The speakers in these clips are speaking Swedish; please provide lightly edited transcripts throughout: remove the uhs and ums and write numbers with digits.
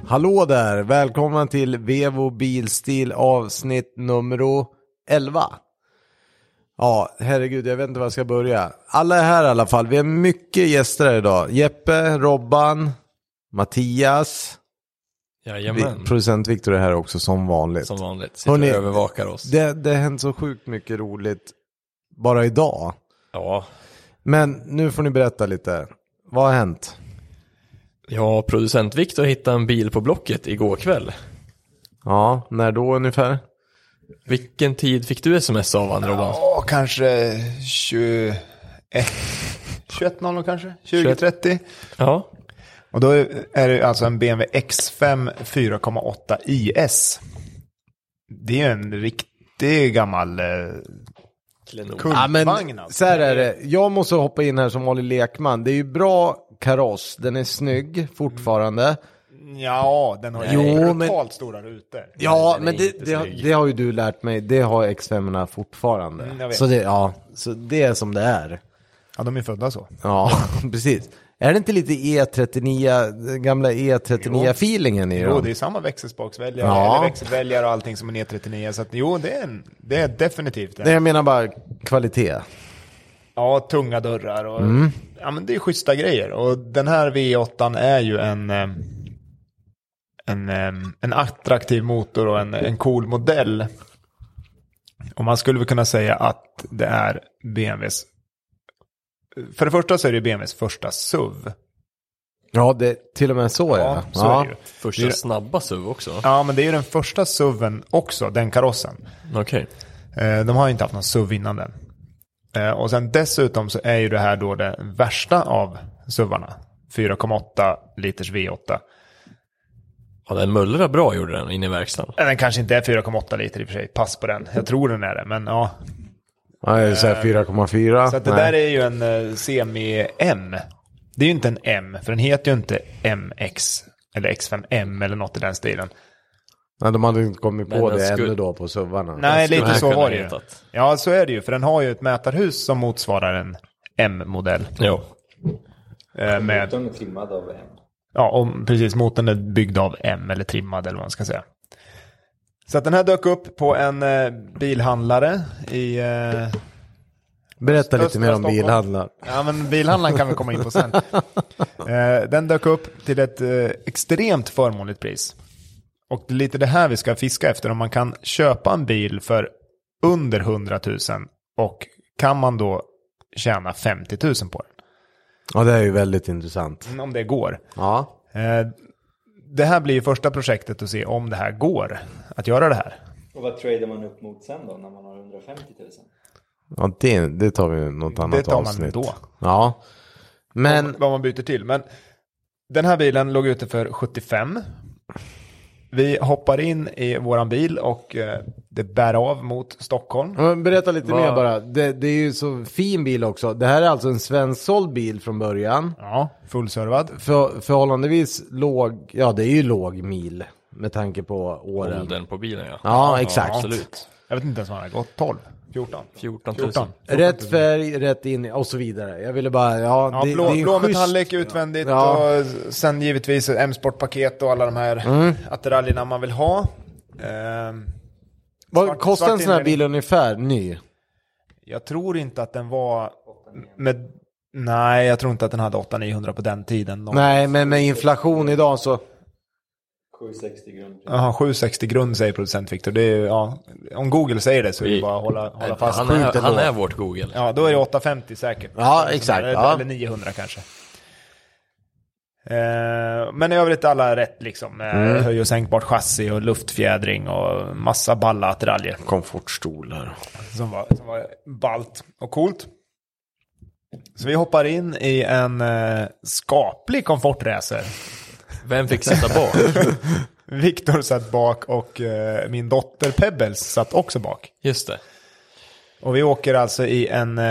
Hallå där, välkomna till Vevo Bilstil avsnitt nummer 11. Ja, herregud, jag vet inte var jag ska börja. Alla är här i alla fall, vi har mycket gäster här idag. Jeppe, Robban, Mattias. Jajamän. Producent Victor är här också som vanligt. Som vanligt, sitter och övervakar oss. Det har hänt så sjukt mycket roligt bara idag. Ja. Men nu får ni berätta lite, vad har hänt? Ja, producent Victor hittade en bil på Blocket igår kväll. Ja, när då ungefär? Vilken tid fick du sms av han, Robban? Ja, kanske 21.00 kanske, 20.30. Ja. Och då är det alltså en BMW X5 4,8 IS. Det är en riktig gammal kultvagn. Ja, så här är det. Jag måste hoppa in här som vanlig lekman. Det är ju bra kaross, den är snygg fortfarande. Ja, den har ju brutalt stora rutor. Ja, men det har ju du lärt mig. Det har X5-erna fortfarande. Så det är som det är. Ja, de är födda så. Ja, precis. Är det inte lite E39, gamla E39-feelingen i dem? Jo, det är samma växelspaksväljare, eller växelväljare och allting som en E39. Så att, jo, det är definitivt det. Jag menar bara kvalitet. Ja, tunga dörrar och ja, men det är schyssta grejer. Och den här V8 är ju en attraktiv motor och en cool modell. Och man skulle väl kunna säga att det är BMWs. För det första så är det BMWs första SUV. Ja, det till och med så är det. Så är det ju. Första snabba SUV också. Ja, men det är ju den första SUVen också, den karossen. Okej. De har inte haft någon SUV innan den. Och sen dessutom så är ju det här då det värsta av SUVarna. 4,8 liters V8. Ja, den mullrar bra gjorde den in i verkstaden. Den kanske inte är 4,8 liter i och för sig. Pass på den. Jag tror den är det, men ja. Ja, det är så här 4,4. Så att det där är ju en semi-M. Det är ju inte en M, för den heter ju inte MX eller X5M eller något i den stilen. Nej, de hade inte kommit på det skulle... ännu då på SUVarna. Nej, lite så var det ju. Hetat. Ja, så är det ju, för den har ju ett mätarhus som motsvarar en M-modell. Jo. Med... Motorn är trimmad av M. Ja, och precis, motorn är byggd av M eller trimmad eller vad man ska säga. Så att den här dök upp på en bilhandlare i... Berätta lite mer om bilhandlaren. Ja, men bilhandlaren kan vi komma in på sen. Den dök upp till ett extremt förmånligt pris. Och det är lite det här vi ska fiska efter. Om man kan köpa en bil för under 100 000 och kan man då tjäna 50 000 på den. Ja, det är ju väldigt intressant. Om det går. Ja. Det här blir ju första projektet att se om det här går att göra det här. Och vad tradar man upp mot sen då när man har 150 000? Ja, det tar vi något annat Det tar man avsnitt. då. Ja. Men Vad man byter till. Men den här bilen låg ute för 75. Vi hoppar in i våran bil och det bär av mot Stockholm. berätta lite mer bara. Det är ju så fin bil också. Det här är alltså en svensksåld bil från början. Ja, fullservad. Förhållandevis låg, ja det är ju låg mil med tanke på åren. Åldern på bilen, ja. Ja, exakt. Absolut. Jag vet inte ens vad han har gått. 12, 14. 14 000. Rätt färg, rätt in och så vidare. Jag ville bara, Ja, det blå är en metallic utvändigt och sen givetvis ett M-sportpaket och alla de här attiraljerna man vill ha. Vad kostar en sån här bil ungefär ny? Jag tror inte att den var med... Nej, jag tror inte att den hade 800-900 på den tiden. Nej, men med inflation idag så... 760 grund. Jaha, 760 grund säger producent Victor. Det är, ja, om Google säger det så är det bara att hålla fast. Han är vårt Google. Ja, då är det 850 säkert. Ja, exakt. Eller 900 kanske. Men i övrigt alla rätt liksom. Höj- och sänkbart chassi och luftfjädring och massa balla attiraljer. Komfortstolar. Som var ballt och coolt. Så vi hoppar in i en skaplig komfortracer. Vem fick sitta bak? Victor satt bak och min dotter Pebbles satt också bak. Just det. Och vi åker alltså i en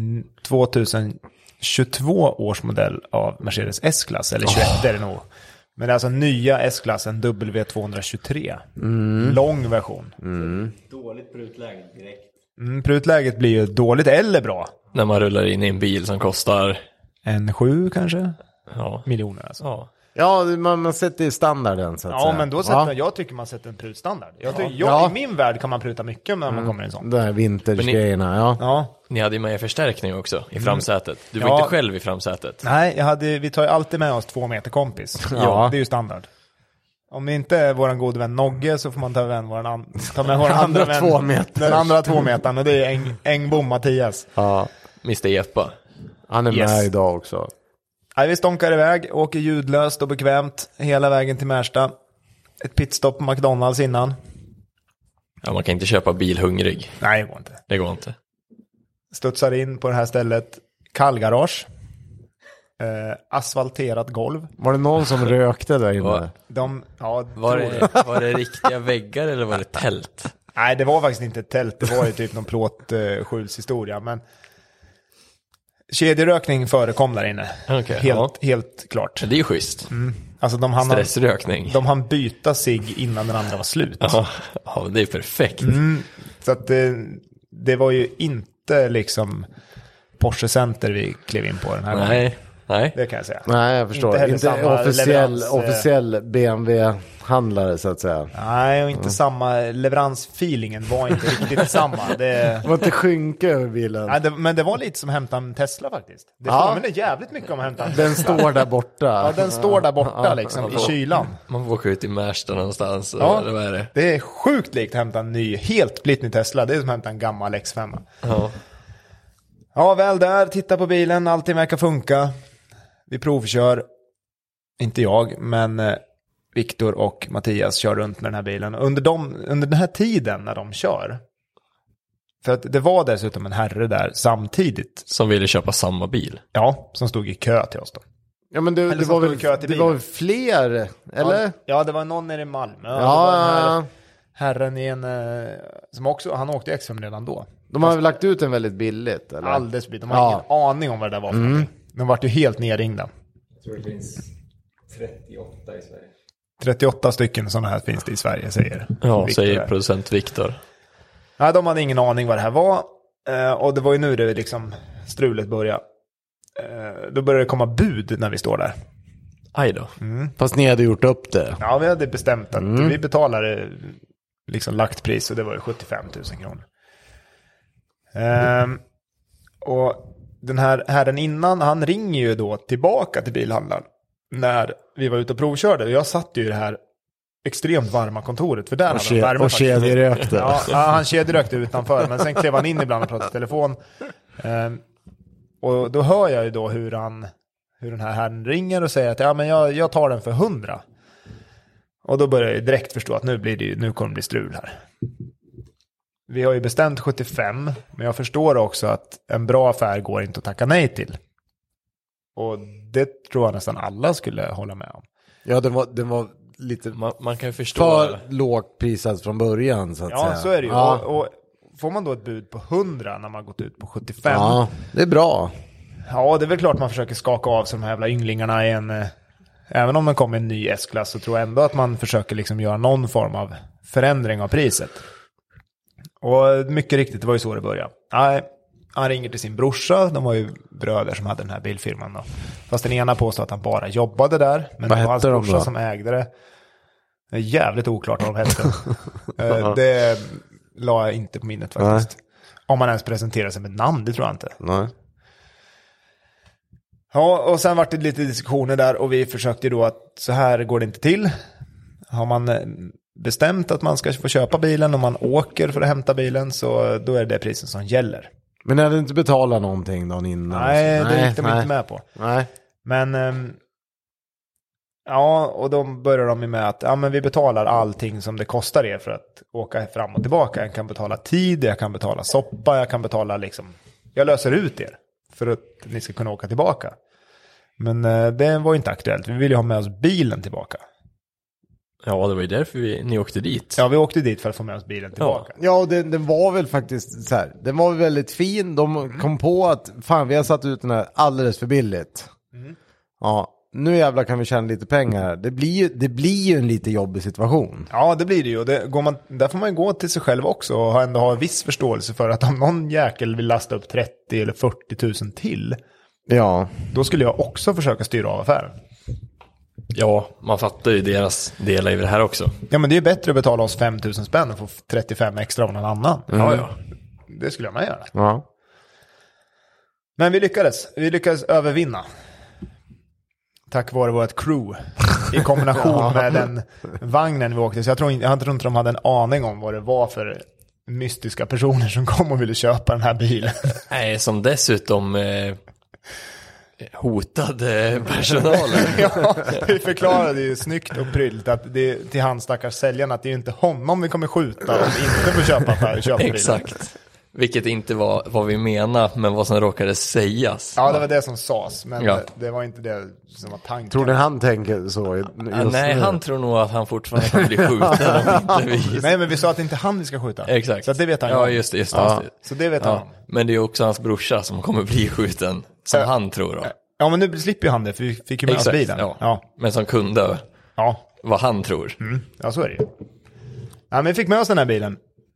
2022 års modell av Mercedes S-klass. Eller 21 är det nog. Men det är alltså nya S-klassen W223. Lång version. Dåligt prutläge direkt. Prutläget blir ju dåligt eller bra. När man rullar in i en bil som kostar... En 7 kanske? Ja. Miljoner alltså. Ja. Ja, man sätter i standarden så att säga. Ja, men då sätter jag tycker man sätter en prutstandard. I min värld kan man pruta mycket när man kommer i en sån. De här vintersgrejerna, Ja. Ni hade ju med förstärkning också i framsätet. Du var inte själv i framsätet. Nej, vi tar ju alltid med oss 2 meter kompis. Ja. Det är ju standard. Om det inte är våran gode vän Nogge så får man ta med vår andra vän. 2 meter. Den andra 2 metern och det är Engbom Mattias. Ja. Mr. Jepa. Han är med idag också. Nej, vi stånkar iväg, åker ljudlöst och bekvämt hela vägen till Märsta. Ett pitstop på McDonalds innan. Ja, man kan inte köpa bil hungrig. Nej, det går inte. Det går inte. Studsar in på det här stället. Kallgarage. Asfalterat golv. Var det någon som rökte där inne? Var det riktiga väggar eller var det tält? Nej, det var faktiskt inte ett tält. Det var ju typ någon plåtskjulshistoria. Men kedjerökning förekom där inne. Okay, helt klart. Det är ju schysst. Alltså stressrökning. De hann byta sig innan den andra var slut. Ja, det är perfekt. Så att det var ju inte liksom Porsche Center vi klev in på den här gången. Nej. Det kan jag säga. Nej, jag förstår. Inte officiell BMW-handlare så att säga. Nej, och inte samma leveransfeelingen var inte riktigt samma. Det var inte skynke över bilen. Nej, men det var lite som att hämta en Tesla faktiskt. Det påminner jävligt mycket om att hämta en Den står där borta. Ja, den står där borta liksom i kylan. Man får åka ut i Märsta någonstans. Ja, eller vad är det? Det är sjukt likt att hämta en ny, helt blittny Tesla. Det är som att hämta en gammal X5. Ja, väl där, titta på bilen, allting verkar funka. Vi provkör, inte jag, men Viktor och Mattias kör runt med den här bilen. Under den här tiden när de kör, för att det var dessutom en herre där samtidigt. Som ville köpa samma bil? Ja, som stod i kö till oss då. Ja, men det var väl fler, eller? Ja, det var någon nere i Malmö. Ja. Herren i en, som också, han åkte X5 redan då. De har väl lagt ut den väldigt billigt, eller? Alldeles billigt, de har ingen aning om vad det där var för någonting. De vart ju helt nerringda. Jag tror det finns 38 i Sverige. 38 stycken sådana här finns det i Sverige, säger Victor. Säger producent Viktor. Nej, de hade ingen aning vad det här var. Och det var ju nu det liksom strulet började. Då började det komma bud när vi står där. Aj då. Fast ni hade gjort upp det. Ja, vi hade bestämt att vi betalade liksom lagt pris och det var ju 75 000 kronor. Och den här herren innan, han ringer ju då tillbaka till bilhandlaren när vi var ute och provkörde. Och jag satt ju i det här extremt varma kontoret, för där hade han värme. Och kedjerökte. Ja, han kedjerökte utanför, men sen klev han in ibland och pratade i telefon. Och då hör jag ju då hur den här herren ringer och säger att ja, men jag tar den för 100. Och då börjar jag direkt förstå att nu kommer det bli strul här. Vi har ju bestämt 75, men jag förstår också att en bra affär går inte att tacka nej till. Och det tror jag nästan alla skulle hålla med om. Ja, den var lite man kan ju förstå för lågt prisat från början så att säga. Ja, så är det ju. Ja. Och får man då ett bud på 100 när man gått ut på 75. Ja, det är bra. Ja, det är väl klart man försöker skaka av sig de här jävla ynglingarna i en... Även om man kommer en ny S-klass så tror jag ändå att man försöker liksom göra någon form av förändring av priset. Och mycket riktigt, det var ju så det började. Nej, han ringer till sin brorsa. De var ju bröder som hade den här bilfirman då. Fast den ena påstod att han bara jobbade där. Men det var hans brorsa som ägde det. Det är jävligt oklart vad de hette. Det la jag inte på minnet faktiskt. Nej. Om man ens presenterar sig med namn, det tror jag inte. Nej. Ja, och sen var det lite diskussioner där och vi försökte då att så här går det inte till. Har man bestämt att man ska få köpa bilen och man åker för att hämta bilen, så då är det priset som gäller. Men ni hade inte betalat någonting dagen innan? Nej, det gick de inte med på. Nej. Men ja, och då börjar de med att ja, men vi betalar allting som det kostar er för att åka fram och tillbaka. Jag kan betala tid, jag kan betala soppa, jag kan betala liksom, jag löser ut er för att ni ska kunna åka tillbaka. Men det var inte aktuellt. Vi ville ju ha med oss bilen tillbaka. Ja, det var ju därför ni åkte dit. Ja, vi åkte dit för att få med oss bilen tillbaka. Ja, och den var väl faktiskt så här. Den var väldigt fin. De kom på att fan, vi har satt ut den här alldeles för billigt. Ja, nu jävlar kan vi tjäna lite pengar. Det blir ju en lite jobbig situation. Ja, det blir det ju. Där får man gå till sig själv också och ändå ha en viss förståelse för att om någon jäkel vill lasta upp 30 eller 40 000 till, ja, då skulle jag också försöka styra av affären. Ja, man fattar ju deras delar i det här också. Ja, men det är bättre att betala oss 5 000 spänn och få 35 extra av någon annan. Ja. Det skulle man göra. Ja. Men vi lyckades övervinna. Tack vare vårt crew. I kombination med den vagnen vi åkte. Så jag tror inte de hade en aning om vad det var för mystiska personer som kom och ville köpa den här bilen. Nej, som dessutom hotade personalen. Ja, vi förklarade ju snyggt och pryllt att det till hans stackars säljaren att det är ju inte honom vi kommer skjuta om vi inte får köpa bilen. Exakt. Vilket inte var vad vi menade, men vad som råkade sägas. Ja, det var det som sades, men Ja. det var inte det som var tanken. Tror ni han tänker så just Nej, nu? han tror nog att han fortfarande kan bli skjuten om inte vi... Nej, men vi sa att det inte han vi ska skjuta. Exakt. Så att det vet han ju Ja, om. just det. Ja. Så det vet han Ja. om. Men det är också hans brorsa som kommer bli skjuten, som han tror då. Ja, men nu slipper ju han det, för vi fick ju med oss bilen. ja. Ja. Men som kunde Ja. vad han tror. Ja, så är det ju. Ja, men vi fick med oss den här bilen.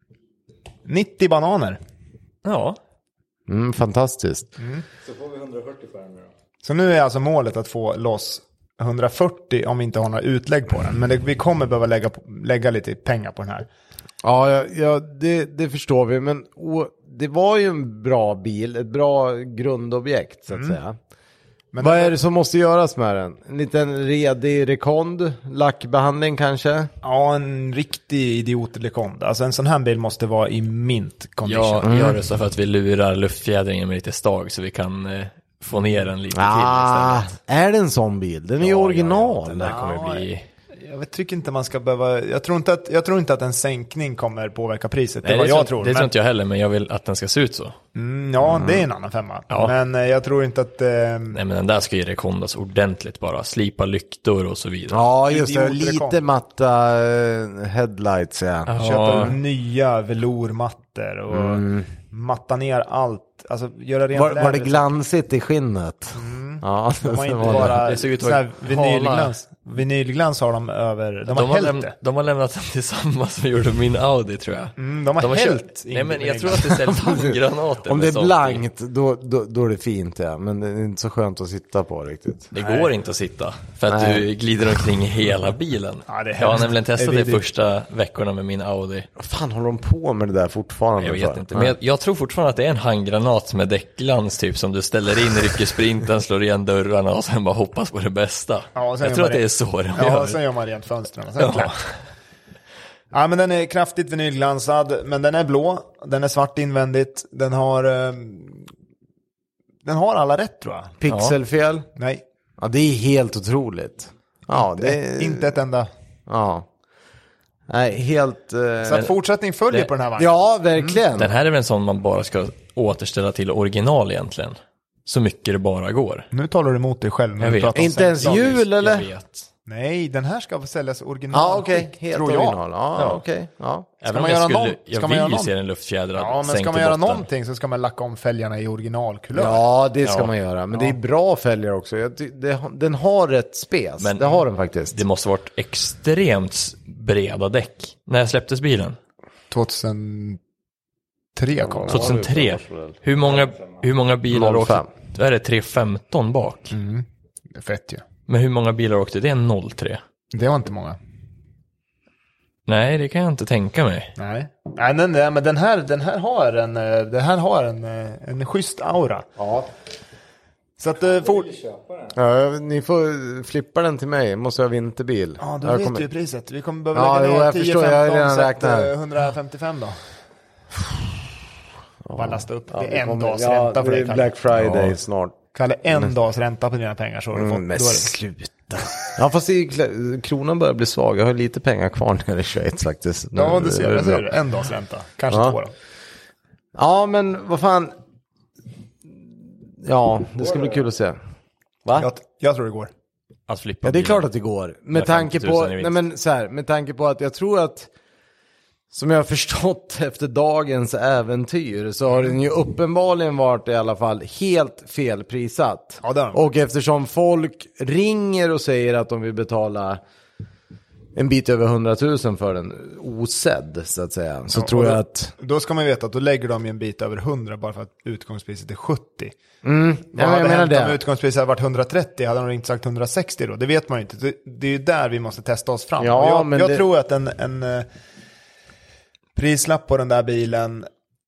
90 bananer. Ja. Fantastiskt. Så får vi 140 för den nu då. Så nu är alltså målet att få loss 140 om vi inte har några utlägg på den. Men vi kommer behöva lägga lite pengar på den här. Ja, det förstår vi. Men det var ju en bra bil, ett bra grundobjekt så att säga. Men Vad är det som måste göras med den? En liten redig rekond, lackbehandling kanske? Ja, en riktig idiot-lekond. Alltså en sån här bil måste vara i mint condition. Jag röstar för att vi lurar luftfjädringen med lite stag så vi kan få ner den lite till istället. Är det en sån bil? Den är ju original. Den där kommer bli... Tycker inte man ska behöva... Jag tror inte att en sänkning kommer påverka priset. Nej, det var jag tror. Det tror inte jag heller, men jag vill att den ska se ut så. Det är en annan femma. Ja. Men jag tror inte att... Nej, men den där ska ju rekondas ordentligt bara. Slipa lyktor och så vidare. Ja, just det. Idiotrekond. Lite matta headlights, ja. Köpa nya velourmattor och matta ner allt. Alltså göra rent Var det läder. glansigt i skinnet? Ja, De har inte var det. bara Det såg ut att sån här vara vinylglans. Vinylglans har de över. De har hällt det. De har lämnat den till samma som gjorde min Audi, tror jag. De har hällt. Nej, men jag tror att det säljs handgranater. Om med det är sånt i. blankt, då är det fint, ja. Men det är inte så skönt att sitta på riktigt. Det går inte att sitta. För att du glider omkring i hela bilen. Ja, det är Jag har hemskt. nämligen testat Det är det vidrigt. första veckorna med min Audi. Vad fan håller de på med det där fortfarande? Jag vet inte. Men jag tror fortfarande att det är en handgranat med däckglans typ. Som du ställer in, rycker sprinten, slår igen dörrarna och sen bara hoppas på det bästa. Ja, och sen Jag gör tror man att det det. är så de Ja, gör. sen gör man rent fönstren. Sen är det Ja. klart. Ja, men den är kraftigt vinylglansad. Men den är blå. Den är svart invändigt. Den har alla rätt, tror jag. Pixelfel? Nej, Ja, det är helt otroligt. Ja, det är... inte ett enda. Ja. Nej, helt... Så att fortsättning följer det- på den här vagnen. Ja, verkligen. Den här är väl en sån man bara ska återställa till original egentligen. Så mycket det bara går. Nu talar du emot dig själv. när Jag du vet. pratar om Inte ens sänkslag. jul, eller? Jag vet. Nej, den här ska säljas original. Ja, okej. Helt tror jag. original. Ja, Ja. okej. Ja. Även man om göra jag skulle, någon- ska jag man vill göra ju någon- se en luftfjädrad Ja, men sänkt ska i man göra botten. någonting så ska man lacka om fälgarna i originalkulör. Ja, det ska Ja. man göra. Men det är bra fälgar också. Den har rätt spes. Men- det har den faktiskt. Det måste varit extremt breda däck. När släpptes bilen? 2003 kom den. 2003. Hur många bilar 05. åkte? Då är det 315 bak. Det är fett ju. Men hur många bilar åkte? Det är 03. Det var inte många. Nej, det kan jag inte tänka mig. Nej, men den här har en schysst aura. Ja. Så att Köpa den. Ja, ni får flippa den till mig. Måste jag ha vinterbil. ja, då Jag vet kommer- du ju priset. Vi kommer behöva Ja, lägga jo, ner jag förstår. Jag har 10-15 redan så att, räknat här. 155 då. Bara lasta upp. Det är en kommer- dags ränta för det dig, är Kalle. Black Friday snart. Kalle, en dags ränta på dina pengar så har du fått. Men då är det- sluta. Ja, fast kronan börjar bli svag. Jag har lite pengar kvar nere i Schweiz faktiskt. Ja, Nu- det ser nu är jag. bra. Ser du. En dags ränta. Kanske Ja. 2 då. Ja, men vad fan. Ja, det ska bli kul att se. Va? Jag tror det går. Att flippa Ja, det är bilen. klart att det går. Med tanke 50 000 på, i vinst. nej men så här, med tanke på att jag tror att, som jag har förstått efter dagens äventyr, så har den ju uppenbarligen varit i alla fall helt felprissatt. Ja, det har den. Och eftersom folk ringer och säger att de vill betala en bit över 100 000 för den osedd så att säga. Så tror jag att... Då ska man veta att då lägger de ju en bit över 100 bara för att utgångspriset är 70. Jag menar det. Om utgångspriset hade varit 130 hade de inte sagt 160 då. Det vet man ju inte. Det är ju där vi måste testa oss fram. Ja, jag tror att en prislapp på den där bilen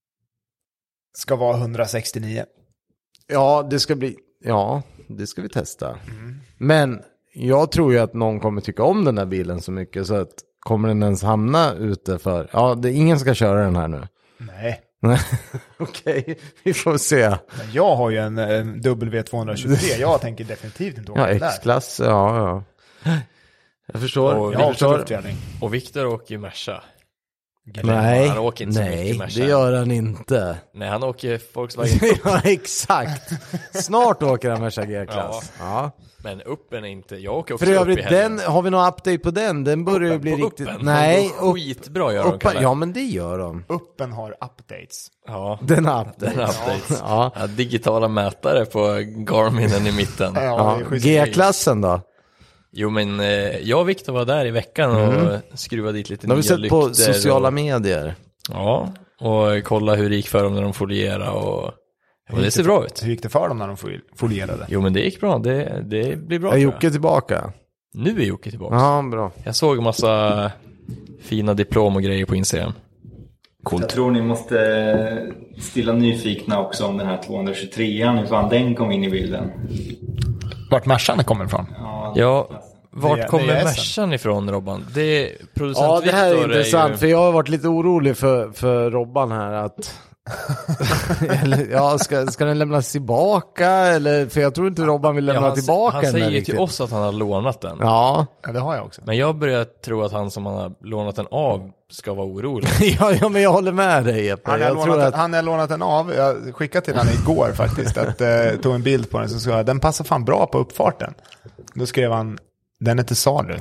ska vara 169. Ja, det ska bli... Ja, det ska vi testa. Men jag tror ju att någon kommer tycka om den här bilen så mycket så att kommer den ens hamna ute för... Ja, ingen ska köra den här nu. Nej. Okej, vi får se. Men jag har ju en W223. Jag tänker definitivt inte åka Ja, den där. X-klass, ja. Jag förstår. Och Jag har jag också förstår. luftfjädring. Och Victor åker ju Merca. Nej, Han åker inte så mycket Merca. det gör han inte. Nej, han åker Volkswagen. Ja, exakt. Snart åker han Merca G-klass. Ja. Men uppen är inte... Jag åker också För upp i övrigt, helgen. har vi någon update på den? Den börjar ju bli På riktigt... uppen? Nej, De går skitbra gör de, Kalle. Ja, men det gör de. Uppen har updates. Ja, Den har update. den updates. Ja. Ja, digitala mätare på Garminen i mitten. Ja, Ja. det är schysst. G-klassen då? Jo, men jag och Victor var där i veckan och skruvade dit lite Det har nya vi sett lyktor. på sociala och, medier. Ja, och kolla hur det gick för dem när de folierade och det ser bra ut. Hur gick det för dem när de folierade? Jo, men det gick bra. Det blir bra. Är tror jag. Jocke tillbaka? Nu är Jocke tillbaka. Ja, bra. Jag såg en massa fina diplom och grejer på Instagram. Jag tror ni måste stilla nyfikna också om den här 223an, hur fan den kom in i bilden. Vart Mercan kommer ifrån? Ja, vart Det är kommer Essen. Mercan ifrån, Robban? Det är producent Ja, det här är Victor intressant. ju... För jag har varit lite orolig för Robban här att... Eller, ja, ska den lämnas tillbaka? Eller, för jag tror inte Robban vill lämna tillbaka han den säger ju riktigt. till oss att han har lånat den. Ja. Ja, det har jag också. Men jag börjar tro att han som han har lånat den av ska vara orolig. Ja, men jag håller med dig, Jeppe. Han har lånat den av. Jag skickade till honom igår faktiskt. Tog en bild på den. Så sa jag, den passar fan bra på uppfarten. Då skrev han, den är till salu.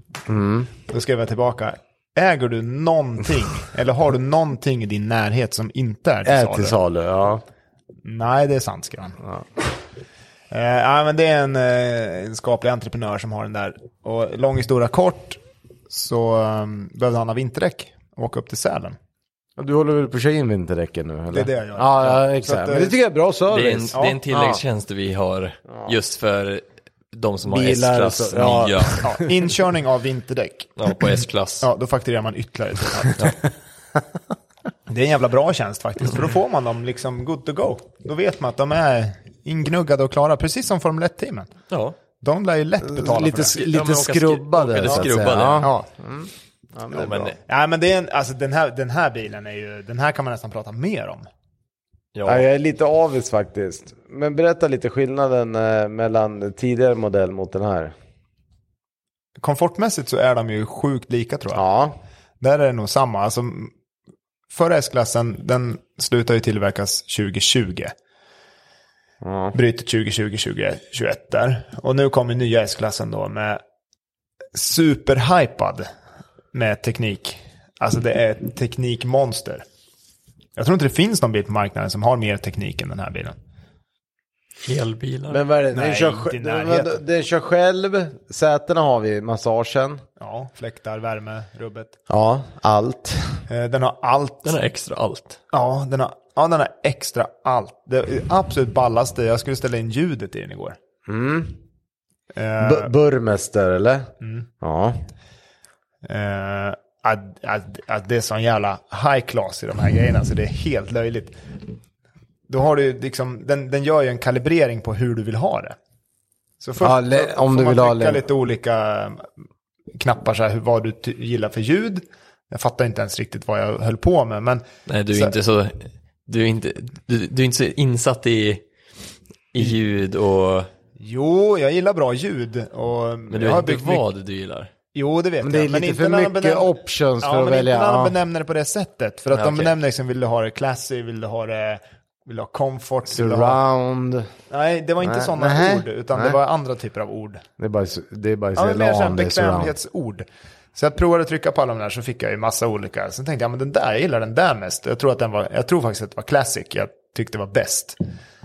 Då skrev jag tillbaka, äger du någonting? Eller har du någonting i din närhet som inte är till salu? till salu, ja. Nej, det är sant, skrev han. Ja, men det är en skaplig entreprenör som har den där. Och lång historia kort så behövde han ha vinterdäck och åka upp till Sälen. Du håller väl på att köra in vinterdäcken nu, eller? Det är det jag gör. Ja, exakt. Så att, men det tycker jag är bra Det är service. det är en tilläggstjänst vi har just för de som har Bilar S-klass och så, ja. nya. Ja, inkörning av vinterdäck. Ja, på S-klass. Ja, då fakturerar man ytterligare. Det är en jävla bra tjänst faktiskt. För då får man dem liksom good to go. Då vet man att de är ingnuggade och klara. Precis som Formel 1-teamen. Ja. De lär ju lätt betala Lite, för det. lite Ja, men åka skrubbade. åka så att skrubbade. säga. Ja. Ja. Ja, men det är bra. Ja, men det är alltså den här bilen är ju, den här kan man nästan prata mer om. Ja, jag är lite avis faktiskt. Men berätta lite skillnaden mellan tidigare modell mot den här. Komfortmässigt så är de ju sjukt lika, tror jag. Ja. Där är det nog samma. Alltså, förra S-klassen, den slutar ju tillverkas 2020. Ja. Bryter 2020-2021 där. Och nu kommer nya S-klassen då med superhypad med teknik. Alltså det är ett teknikmonster. Jag tror inte det finns någon bil på marknaden som har mer teknik än den här bilen. Elbilar. Men vad är det? Nej, inte i närheten. Den kör själv. Sätena har vi. Massagen. Ja, fläktar, värme, rubbet. Ja, allt. Den har allt. Den har extra allt. Ja, den har extra allt. Det är absolut ballaste. Jag skulle ställa in ljudet i den igår. Burmester, eller? Ja. Att det är sån jävla high class i de här grejerna, så det är helt löjligt. Då har du liksom, den gör ju en kalibrering på hur du vill ha det. Så först om får du vill man ha trycka lite olika knappar så här, vad du gillar för ljud. Jag fattar inte ens riktigt vad jag höll på med, men Nej, du är inte så... Du är inte så insatt i ljud och... jo, jag gillar bra ljud. Men du vet inte vad du gillar. Jo, det vet Men det är jag. lite inte för när de mycket options för ja, att men välja. inte när de Ja. benämner det på det sättet. För att Ja, de okej. benämner liksom, vill du ha det classy, vill du ha comfort, vill du ha... Surround. Nej, det var inte Nej. sådana Nej. ord, utan Nej. det var andra typer av ord. Det är bara Ja, men mer så här LAN, det är surround. bekvämlighetsord. Så jag provade att trycka på alla de där, så fick jag ju massa olika. Sen tänkte jag, men den där, jag gillar den där mest. Jag tror faktiskt att det var classic, jag tyckte det var bäst.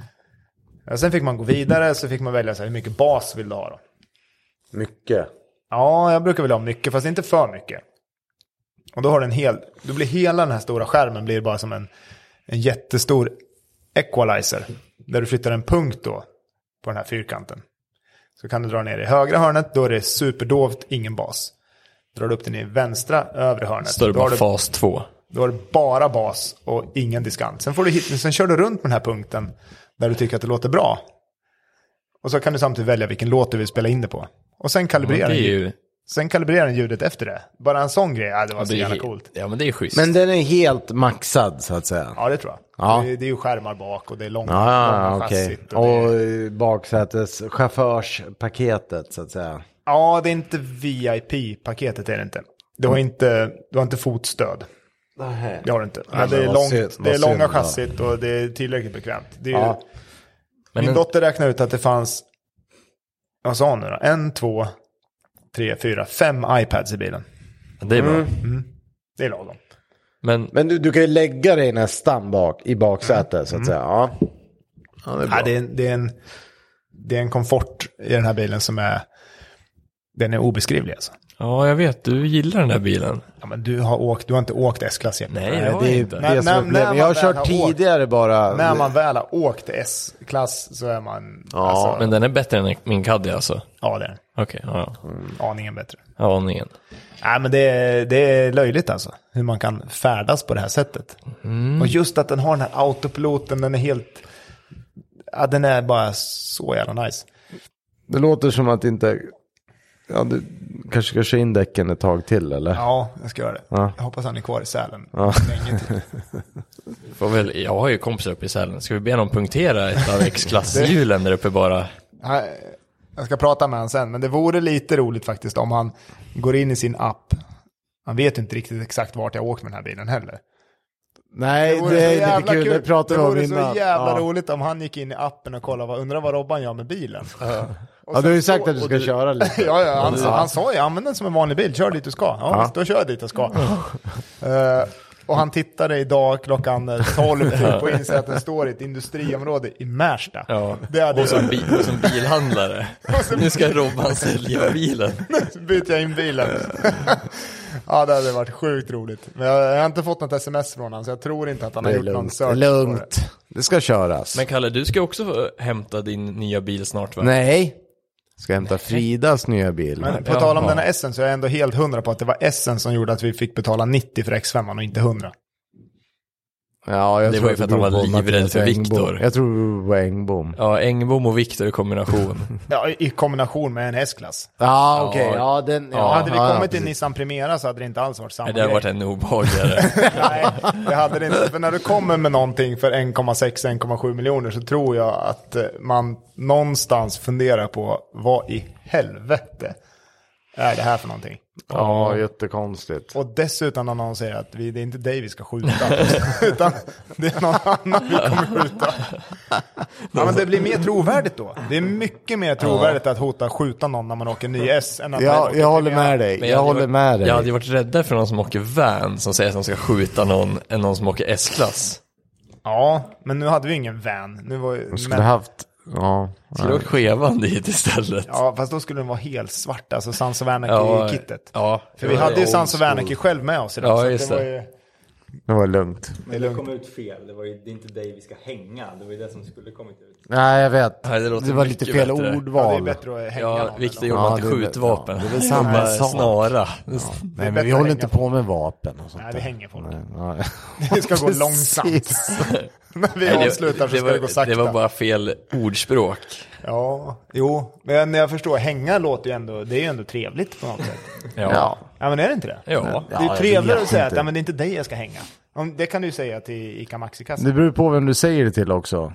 Ja, sen fick man gå vidare, så fick man välja så här, hur mycket bas vill du ha då? Mycket. Ja, jag brukar väl ha mycket, fast inte för mycket. Och då har då blir hela den här stora skärmen blir bara som en jättestor equalizer. Där du flyttar en punkt då på den här fyrkanten. Så kan du dra ner i högra hörnet, då är det superdovt, ingen bas. Drar du upp den i vänstra övre hörnet. Står det bara fas 2. Då har du bara bas och ingen diskant. Sen kör du runt med den här punkten där du tycker att det låter bra. Och så kan du samtidigt välja vilken låt du vill spela in det på. Och sen kalibrerar den ljudet efter det. Bara en sån grej, det var så jävla coolt. Ja, men det är schysst. Men den är helt maxad så att säga. Ja, det tror jag. Ja. Det är ju skärmar bak och det är långa okej. chassit. Och baksätes chaufförspaketet så att säga. Ja, det är inte VIP-paketet är det inte. Du har inte fotstöd. Det har du inte. Men det är långa chassit och det är tillräckligt bekvämt. Det är min dotter räknar ut att det fanns, vad sa hon nu då? 1, 2, 3, 4, 5 iPads i bilen. Det är bra. Det är lagom. Men du kan ju lägga dig nästan i baksätet så att säga. Ja, det är bra. Det är en komfort i den här bilen som den är obeskrivlig alltså. Ja, jag vet. Du gillar den här bilen. Ja, men du har inte åkt S-klass. Nej, det har jag inte. Det som är problemet. Jag har kört tidigare bara. När man väl har åkt S-klass så är man... Ja, alltså, men den är bättre än min Caddy alltså. Ja, det är den. Okej, ja. Aningen bättre. Aningen. Nej, men det är löjligt alltså. Hur man kan färdas på det här sättet. Och just att den har den här autopiloten, den är helt... Ja, den är bara så jävla nice. Det låter som att inte... Ja, du kanske ska köra in däcken ett tag till, eller? Ja, jag ska göra det. Ja. Jag hoppas han är kvar i Sälen. Ja. Länge till. Jag har ju kompisar uppe i Sälen. Ska vi be dem punktera ett av X-klasshjulen där uppe bara? Jag ska prata med han sen, men det vore lite roligt faktiskt om han går in i sin app. Han vet inte riktigt exakt vart jag åkt med den här bilen heller. Nej, det är lite kul. Det pratar vi om innan. Det vore så jävla roligt om han gick in i appen och kollade undrar vad Robban gör med bilen. Ja, du har ju sagt att du ska köra lite. Ja, han sa ju, använd den som en vanlig bil, kör dit du ska. Ja. Då kör jag dit jag ska. Och han tittade idag klockan 12 typ, och inser att den står i ett industriområde i Märsta. Ja. Och som bilhandlare. Nu ska Robban sälja bilen. Byter jag in bilen. Ja, det hade varit sjukt roligt. Men jag har inte fått något sms från honom, så jag tror inte att han har gjort någon search. Lugnt. Det ska köras. Men Kalle, du ska också hämta din nya bil snart, va? Nej. Ska hämta Fridas nya bil. Men på tal om den här S'en så är jag ändå helt 100 på att det var S'en som gjorde att vi fick betala 90 för X5 och inte 100. Ja, jag det tror var ju för att han var livrädd för Viktor. Jag tror det var Engbom. Ja, Engbom och Viktor i kombination. Ja, i kombination med en S-klass. Ja, okej. Hade vi kommit till Nissan Primera så hade det inte alls varit samma. Nej, det hade varit ännu obehagligare. Nej, det hade det inte. För när du kommer med någonting för 1,6-1,7 miljoner så tror jag att man någonstans funderar på vad i helvete är det här för någonting. Ja, jättekonstigt. Och dessutom när någon säger att det är inte dig vi ska skjuta, utan det är någon annan vi kommer skjuta. Ja, men det blir mer trovärdigt då. Det är mycket mer trovärdigt att hota skjuta någon när man åker ny S än att jag håller med dig. Men jag håller med dig. Jag hade ju varit räddare för någon som åker van som säger att de ska skjuta någon än någon som åker S-klass. Ja, men nu hade vi ingen van. Nu var de skulle haft... Ja, skulle åka skevan dit istället. Ja, fast då skulle den vara helt svart. Alltså Sans och Wernicke-kittet. Ja, för vi hade ju Sans och Wernicke själv med oss idag. Ja, just det. Det var lugnt. Men det kom ut fel. Det är inte dig vi ska hänga. Det var ju det som skulle kommit ut. Nej, jag vet. Nej, det var lite fel bättre. ordval. Ja, det är bättre att hänga någon. Viktor gjorde inte skjutvapen. Det är väl samma sak. Snara. Ja. Nej, men vi håller inte på med vapen och sånt. Nej, vi hänger folk. Nej. Det ska gå långsamt. När vi avslutar så ska det gå sakta. Det var bara fel ordspråk. Ja, jo. Men jag förstår, hänga låter ju ändå, det är ju ändå trevligt på något sätt. Ja, men är det inte det? Ja. Det är ju trevligare att säga att men det är inte dig jag ska hänga. Det kan du ju säga till Ica Maxi-kassan. Det beror på vem du säger det till också.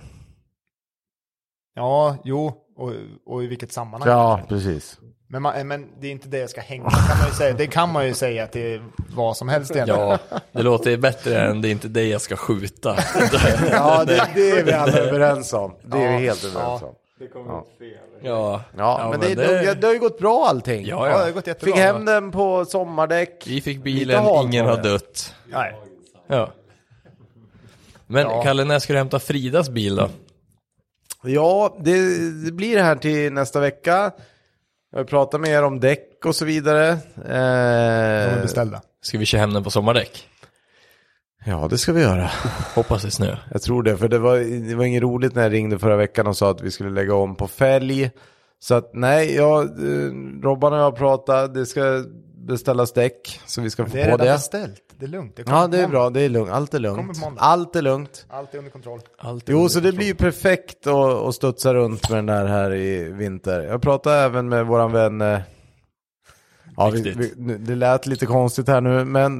Ja, jo. Och i vilket sammanhang. Ja, precis. Men det är inte det jag ska hänga, kan man ju säga. Det kan man ju säga till vad som helst egentligen. Ja, det låter bättre än det är inte det jag ska skjuta. Ja, det är vi alla överens om. Det är vi helt överens om. Det kommer ut fel. Ja, men det har ju gått bra allting. Ja, det har gått jättebra. Fick hem den på sommardäck. Vi fick bilen, ingen har dött. Nej. Ja. Men Kalle, när ska du hämta Fridas bil då? Ja, det blir här till nästa vecka. Jag har pratat med er om däck och så vidare. De är beställda. Ska vi köra hem den på sommardäck? Ja, det ska vi göra. Hoppas det snö. Jag tror det, för det var inget roligt när jag ringde förra veckan och sa att vi skulle lägga om på fälg. Så att nej, Robban och jag pratat, det ska beställas däck så vi ska få Det är på redan det. beställt, det är lugnt. kommer Ja, det är på bra, det är lugnt, allt är Kommer lugnt. på måndag. Allt är lugnt. Allt är under kontroll. Jo, så det blir ju perfekt att studsa runt med den här i vinter. Jag pratade även med våran vän. Ja, det lät lite konstigt här nu, men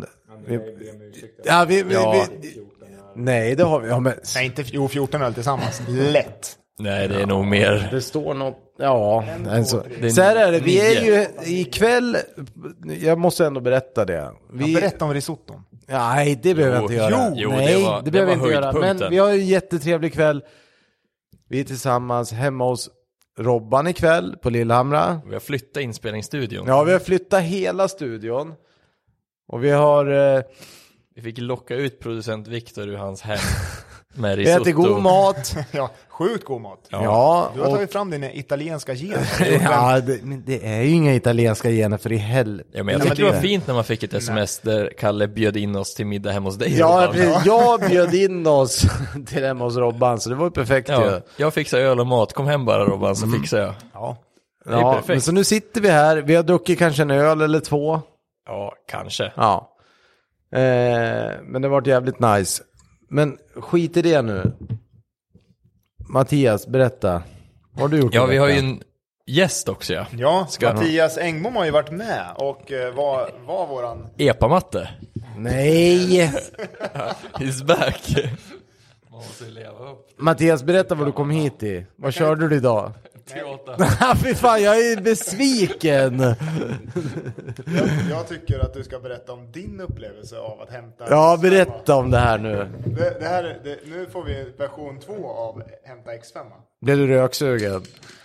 nej, det har vi. Ja, men Nej, inte 14 öl tillsammans. Lätt. Nej, det är nog mer. det står något. Ja, alltså. Så här är det. Vi är ju ikväll. Jag måste ändå berätta det. Berätta om risotton. Nej, det behöver jag inte göra. Jo, Nej, det behöver jag var inte göra. Men höjdpunkten. vi har ju en jättetrevlig kväll. Vi är tillsammans hemma hos Robban ikväll på Lillhamra. Vi har flyttat inspelningsstudion. Ja, vi har flyttat hela studion. Och vi har... Vi fick locka ut producent Viktor ur hans hem med vi risotto. äter god mat. Ja, sjukt god mat. Ja, Du har och, tagit fram dina italienska gener. ja men det är ju inga italienska gener för i helvete. Ja, men jag tyckte det var fint när man fick ett sms där Kalle bjöd in oss till middag hemma hos dig. Ja, Robban. precis. Jag bjöd in oss till hemma hos Robban, så det var ju perfekt. Ja, jag fixar öl och mat. Kom hem bara Robban, så fixar jag. Ja. Det är Ja, perfekt. men så nu sitter vi här. Vi har druckit kanske en öl eller två. Ja, kanske. Ja. Men det har varit jävligt nice. Men skit i det nu. Mattias, berätta. Vad har du gjort? Ja, i vi har ju veckan? en gäst också, ja. Ja, Ska- Mattias Engbom har ju varit med och var våran... Epa-matte. Nej! He's back. Man måste leva upp. Mattias, berätta vad du kom hit i. Vad körde du idag? Fy fan, jag är besviken. Jag tycker att du ska berätta om din upplevelse av att hämta... Ja, berätta om det här nu. Nu får vi version 2 av Hämta X5. Blev du röksugen?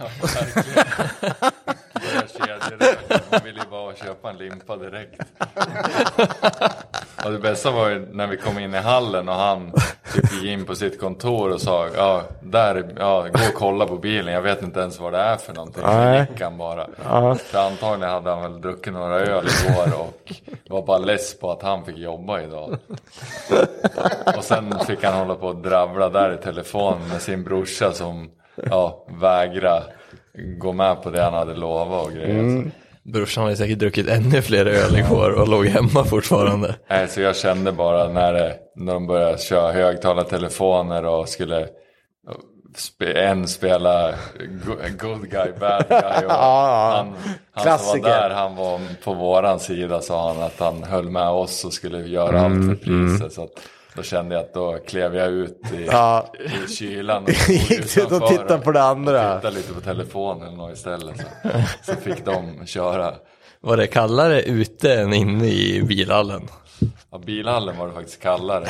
Man vill ju bara köpa en limpa direkt. Och det bästa var ju när vi kom in i hallen och han typ gick in på sitt kontor och sa gå och kolla på bilen, jag vet inte ens vad det är för någonting. Så gick han bara. För antagligen hade han väl druckit några öl igår och var bara less på att han fick jobba idag. Och sen fick han hålla på och dravla där i telefon med sin brorsa som vägra gå med på det han hade lovat och grejer. Brorsan hade säkert druckit ännu fler öl igår och låg hemma fortfarande. Nej, så jag kände bara när de började köra högtalartelefoner och skulle spela good guy, bad guy. Och han som var där, han var på våran sida, sa han, att han höll med oss och skulle göra allt för priset. Så att då kände jag att då klev jag ut i kylan och gick ut och tittade på det andra. Och tittade lite på telefonen och istället. Så fick de köra. Var det kallare ute än inne i bilhallen? Ja, bilhallen var det faktiskt kallare.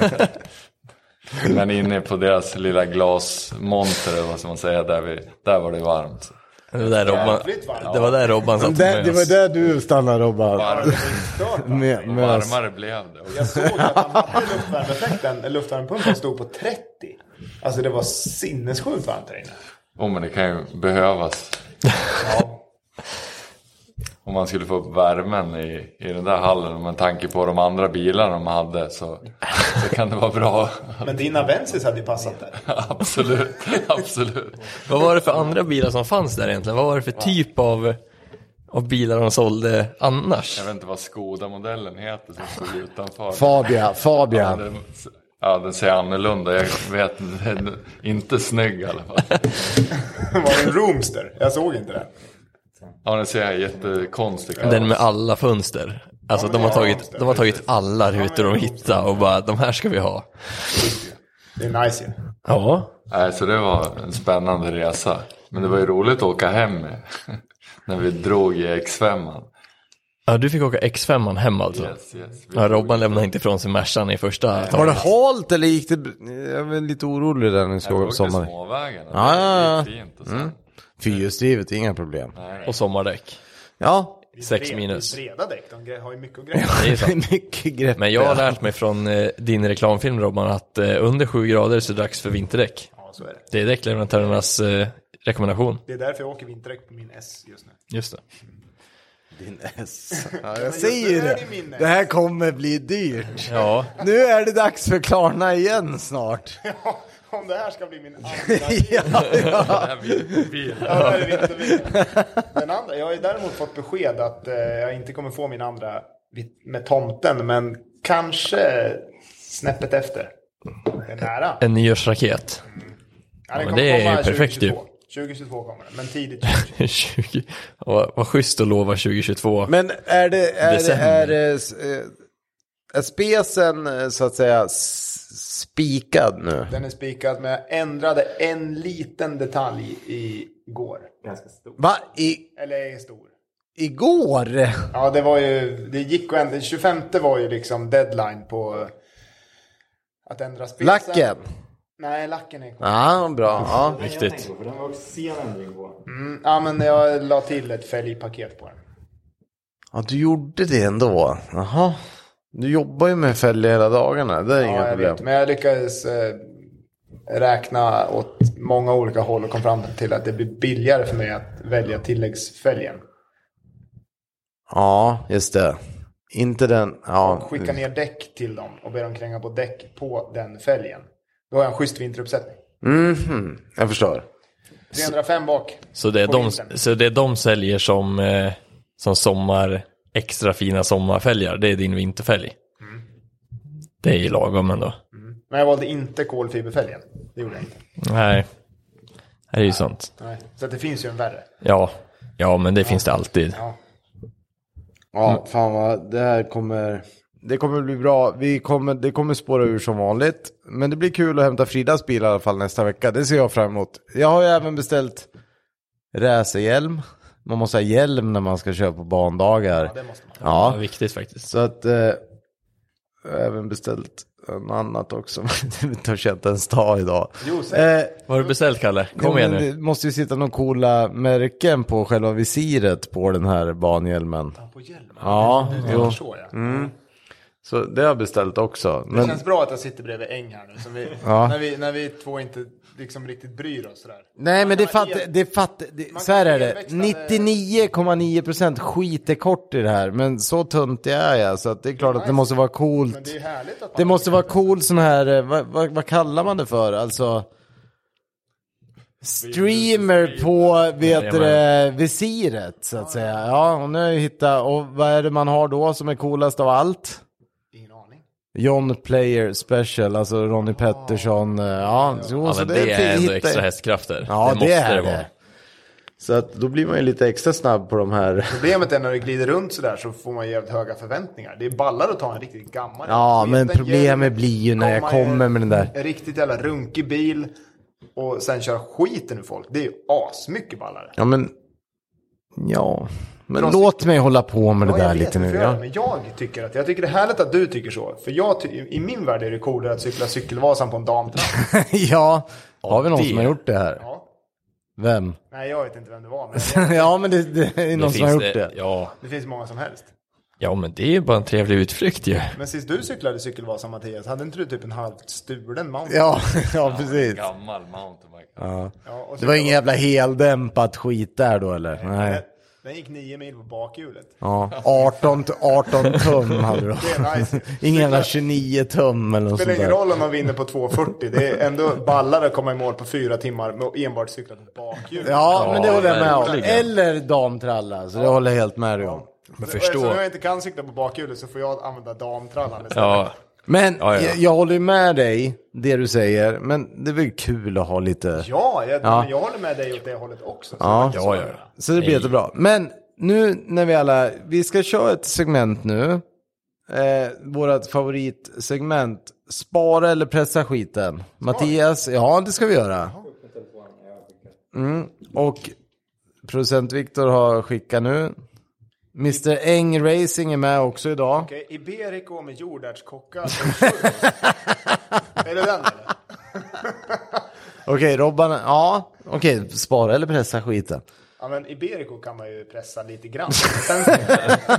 Men inne på deras lilla glasmonter, vad ska man säga, där var det varmt. Det var där Robban satt med Det var oss. där du stannade, Robban. Varmare blev det. Jag såg att han hade luftvärmepumpen stod på 30. Alltså det var sinnessjukt varmt där inne. Men det kan ju behövas. Ja. Om man skulle få upp värmen i den där hallen, med tanke på de andra bilarna de hade, så kan det vara bra. Men dina Vensis hade ju passat där. Absolut. Vad var det för andra bilar som fanns där egentligen? Vad var det för typ av bilar de sålde annars? Jag vet inte vad Skoda-modellen heter som stod utanför. Fabia. Ja, den ser annorlunda. Jag vet inte snygg i alla fall. Var det en Roomster? Jag såg inte det. Ja, den ser jättekonstig ut. Den med alla fönster. Alltså de har tagit alla rutor de hittade och bara, de här ska vi ha. Det är nice ju. Ja. Nej, så det var en spännande resa. Men det var ju roligt att åka hem när vi drog i X5. Ja, du fick åka X5 hem alltså. Yes. Ja, Robban lämnade inte ifrån sig Mercan i första Var det taget. halt eller gick det... Jag är lite orolig där när vi ska åka på sommaren. Småvägarna. Ja. Det gick fint och sen. Fyrhjulsdrivet, inga problem. Och sommardäck. Ja, 6 minus. Breda däck, de har ju mycket att greja. Det är sant. mycket grepp. Men jag har lärt mig från din reklamfilm, Robban, att under 7 grader så är det dags för vinterdäck. Ja, så är det. Det är däckleverantörernas rekommendation. Det är därför jag åker vinterdäck på min S just nu. Just det. Din S. Ja, jag säger det. Det här kommer bli dyrt. Ja, Nu är det dags för Klarna igen snart. Ja, om det här ska bli min andra bil. Ja, det är vinterbil. Den andra, jag har ju däremot fått besked att jag inte kommer få min andra med tomten, men kanske snäppet efter. Det är nära. en nyårsraket. Ja, men det är komma ju perfekt 2022. 2022 kommer den, men tidigt 2022. 20. Vad schysst att lova 2022. Men är spesen så att säga spikad nu? Den är spikad, men jag ändrade en liten detalj igår. Ganska stor. Va? Eller är stor. Igår? Ja, det gick och ändra. 25 var ju liksom deadline på att ändra spesen. Lacken? Nej, lacken är kvar. Ja, bra. Ja. Riktigt. För den var också sen ändring på. Ja, men jag la till ett fälgpaket på den. Ja, du gjorde det ändå. Jaha. Du jobbar ju med fälgar hela dagarna. Det är Ja, inga jag problem. vet. Men jag lyckades räkna åt många olika håll och kom fram till att det blir billigare för mig att välja tilläggsfälgen. Ja, just det. Inte den. Ja. Skicka ner däck till dem och be dem kränga på däck på den fälgen. Då har jag en schysst vinteruppsättning. Jag förstår. 305 bak. Så det på är vintern. så det är de säljer som extra fina sommarfälgar. Det är din vinterfälg. Det är ju lagom ändå. Men jag valde inte kolfiberfälgen. Det gjorde jag inte. Nej, det är ju sånt. Nej. Så att det finns ju en värre. Ja, men det finns det alltid. Ja. Ja, fan vad det här kommer. Det kommer bli bra. Det kommer spåra ur som vanligt. Men det blir kul att hämta Fridas bil i alla fall nästa vecka. Det ser jag fram emot. Jag har ju även beställt racerhjälm. Man måste ha hjälm när man ska köra på bandagar. Ja, det måste man. Ja, Ja, viktigt faktiskt. så att jag har även beställt en annat också. Det törs jag inte ens ta idag. Jo, säg. Vad har du beställt, Kalle? Kom igen nu. Det måste ju sitta några coola märken på själva visiret på den här banhjälmen. På hjälmen. Ja, jo. Så, ja. Så det har jag beställt också. Det Men känns bra att jag sitter bredvid Eng här nu. Som vi, Ja. när vi två inte liksom riktigt bryr oss sådär. nej, men Man så här kan är det. elväxlade- 99,9% skit är kort i det här. Men så tunt är jag. Så att det är klart att det måste vara Men coolt. det är härligt att man Det måste vara cool sån här, vad kallar man det för? Alltså streamer på visiret så att säga. Ja, och nu har jag hittat, och vad är det man har då som är coolast av allt? Ingen aning. John Player Special, alltså Ronnie Pettersson. Ja, Ja, så men det är ändå hittar- extra hästkrafter. Ja, måste det är vara. det. Så att då blir man ju lite extra snabb på de här. Problemet är när det glider runt sådär så får man jävligt höga förväntningar. Det är ballar att ta en riktigt gammal. Ja, Vet men den problemet hjälmen, blir ju när jag komma i kommer med den där. En riktigt jävla runkig bil och sen köra skiten ur folk. Det är ju asmycket ballare. Ja, men men Dra låt mig hålla på med det Ja, där jag vet, lite du nu. får göra det, Ja. men jag tycker det är härligt att du tycker så. För i min värld är det coolare att cykla cykelvasan på en damtrapp. Ja, har vi någon det- som har gjort det här? Ja. Vem? Nej, jag vet inte vem det var. Men Ja, men det är någon som har gjort det. det finns många som helst. Ja, men det är ju bara en trevlig utflykt ju. Men sist du cyklade cykelvasan, Mattias, hade inte du typ en halvt stulen mountain? Ja, ja, precis. Gammal mountainbike. Ja. Ja, och Det var ingen jävla heldämpat skit där då, eller? Nej. Den gick 9 mil på bakhjulet. Ja, 18 tum hade du. Det är nice. Ingen jävla 29 tum eller något Det spelar sånt ingen där. roll om man vinner på 2.40. Det är ändå ballare att komma i mål på 4 timmar med enbart cykla på bakhjulet. Ja, men det håller jag med om. verkligen. Eller damtralla, så det håller jag helt med dig om. Men Eftersom förstå. jag inte kan cykla på bakhjulet så får jag använda damtrallan istället. Ja, Men Ja. jag håller ju med dig, det du säger. Men det är väl kul att ha lite... Ja, Ja. men jag håller med dig åt det hållet också. Ja. ja. Så det blir jättebra. Men nu när vi ska köra ett segment nu. Vårat favoritsegment. Spara eller pressa skiten. Mattias, ja det ska vi göra. Och producent Viktor har skickat nu. Mr. Eng Racing är med också idag. Okej, Iberico med jordärtskocka och churros. Är det den eller? Okej, Robban, ja. Okej, spara eller pressa skiten. Ja, men Iberico kan man ju pressa lite grann. Sen...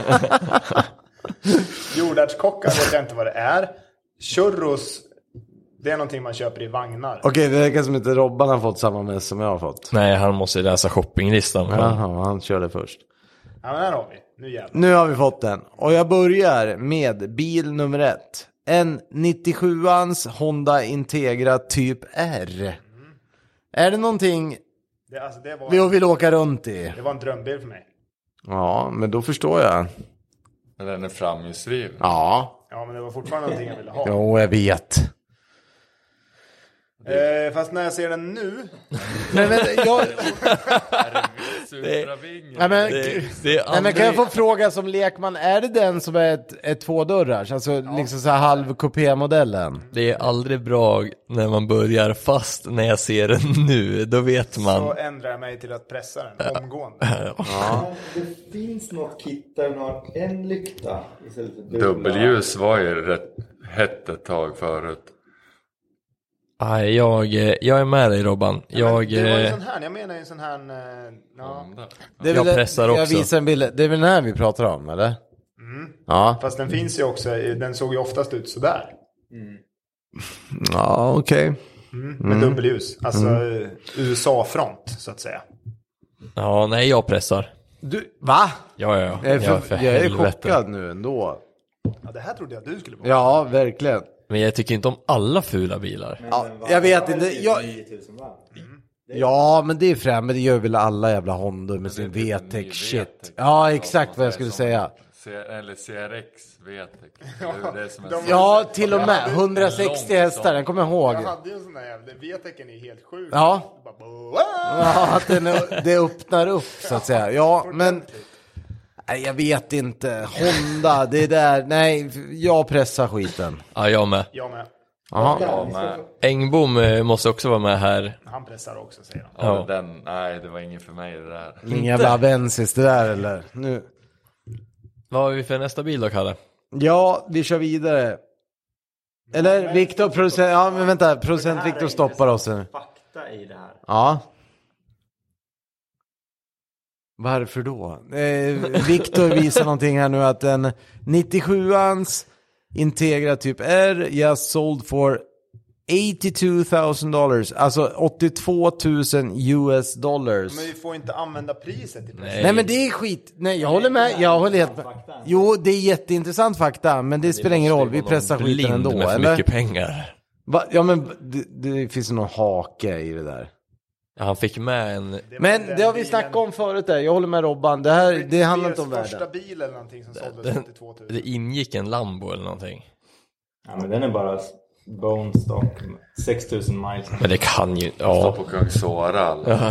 Jordärtskocka vet jag inte vad det är. Churros Det är någonting man köper i vagnar. Okej, det verkar som inte Robban har fått samma mess som jag har fått. Nej, han måste läsa shoppinglistan. Jaha, han körde först. Ja, men här har vi. Nu jävlar. Nu har vi fått den. Och jag börjar med bil nummer 1. En 97ans Honda Integra typ R. Är det någonting Det vi vill åka runt i? det var en drömbil för mig. Ja, men då förstår jag. Men den är framhjulsdriven. Ja. Ja, men det var fortfarande någonting jag ville ha. Jo, jag vet. Fast när jag ser den nu... Men jag... Nej, men, nej, men kan jag få fråga som lekman, är det den som är ett tvådörrars? Alltså liksom så här halv kupé-modellen? Det är aldrig bra när man börjar, fast när jag ser den nu, då vet man. Så ändrar jag mig till att pressa den omgående. Ja. Det finns något kit där vi har en lykta istället för Dubbelljus var ju rätt hett ett tag förut. Nej, jag är med dig, Robban. Det var ju en sån här, jag menar ju en sån här... Ja. Det är Jag väl, pressar också. Jag visar en bild. Det är väl den här vi pratar om, eller? Ja. Fast den finns ju också, den såg ju oftast ut sådär. Ja, okej. Med dubbelljus. Alltså USA-front, så att säga. Ja, nej, jag pressar. Du, va? Ja. Jag är chockad nu ändå. Ja, det här trodde jag du skulle på. Ja, verkligen. Men jag tycker inte om alla fula bilar. Ja, jag vet inte. Ja, men det är främst. Det gör väl alla jävla Honda med sin VTEC shit. Ja, exakt vad jag skulle säga. Eller CRX VTEC. Det är det som är Ja, till och med. 160 hästar, den kommer jag ihåg. Jag hade ju en sån där jävla... VTECen är helt sjuk. Ja. Bara, Ja, att det öppnar upp så att säga. Ja, men... Nej, jag vet inte. Honda, det är där. Nej, jag pressar skiten. Ja, jag med. jag med. Jaha. Ja, men, Engbom måste också vara med här. Han pressar också, säger han. ja. Nej, det var ingen för mig det där. Ingen jävla Avensis det där eller? Nu. Vad har vi för nästa bil då, Kalle? Ja, vi kör vidare. Eller Viktor, producent... Ja, men vänta. Producent Viktor stoppar oss nu. Fakta i det här. Ja. Varför då? Viktor visar någonting här nu att en 97ans Integra typ R just sold for $82,000. Alltså 82 000 US dollars. Men vi får inte använda priset i priset. Nej, men det är skit. Nej, jag håller med. Jag håller helt med. Jo, det är jätteintressant fakta, men det spelar ingen roll. Vi pressar skiten ändå, med för eller? mycket pengar. Va? Ja, men det finns någon hake i det där. Ja, han fick med en... Men det har vi snackat om förut där. Jag håller med Robban. Det handlar inte om första världen. bil eller någonting som såldes 82 000. Det ingick en Lambo eller någonting. Ja, men den är bara bone stock. 6000 miles. Men det kan ju... Stå Ja. på Kung Soral. Ja.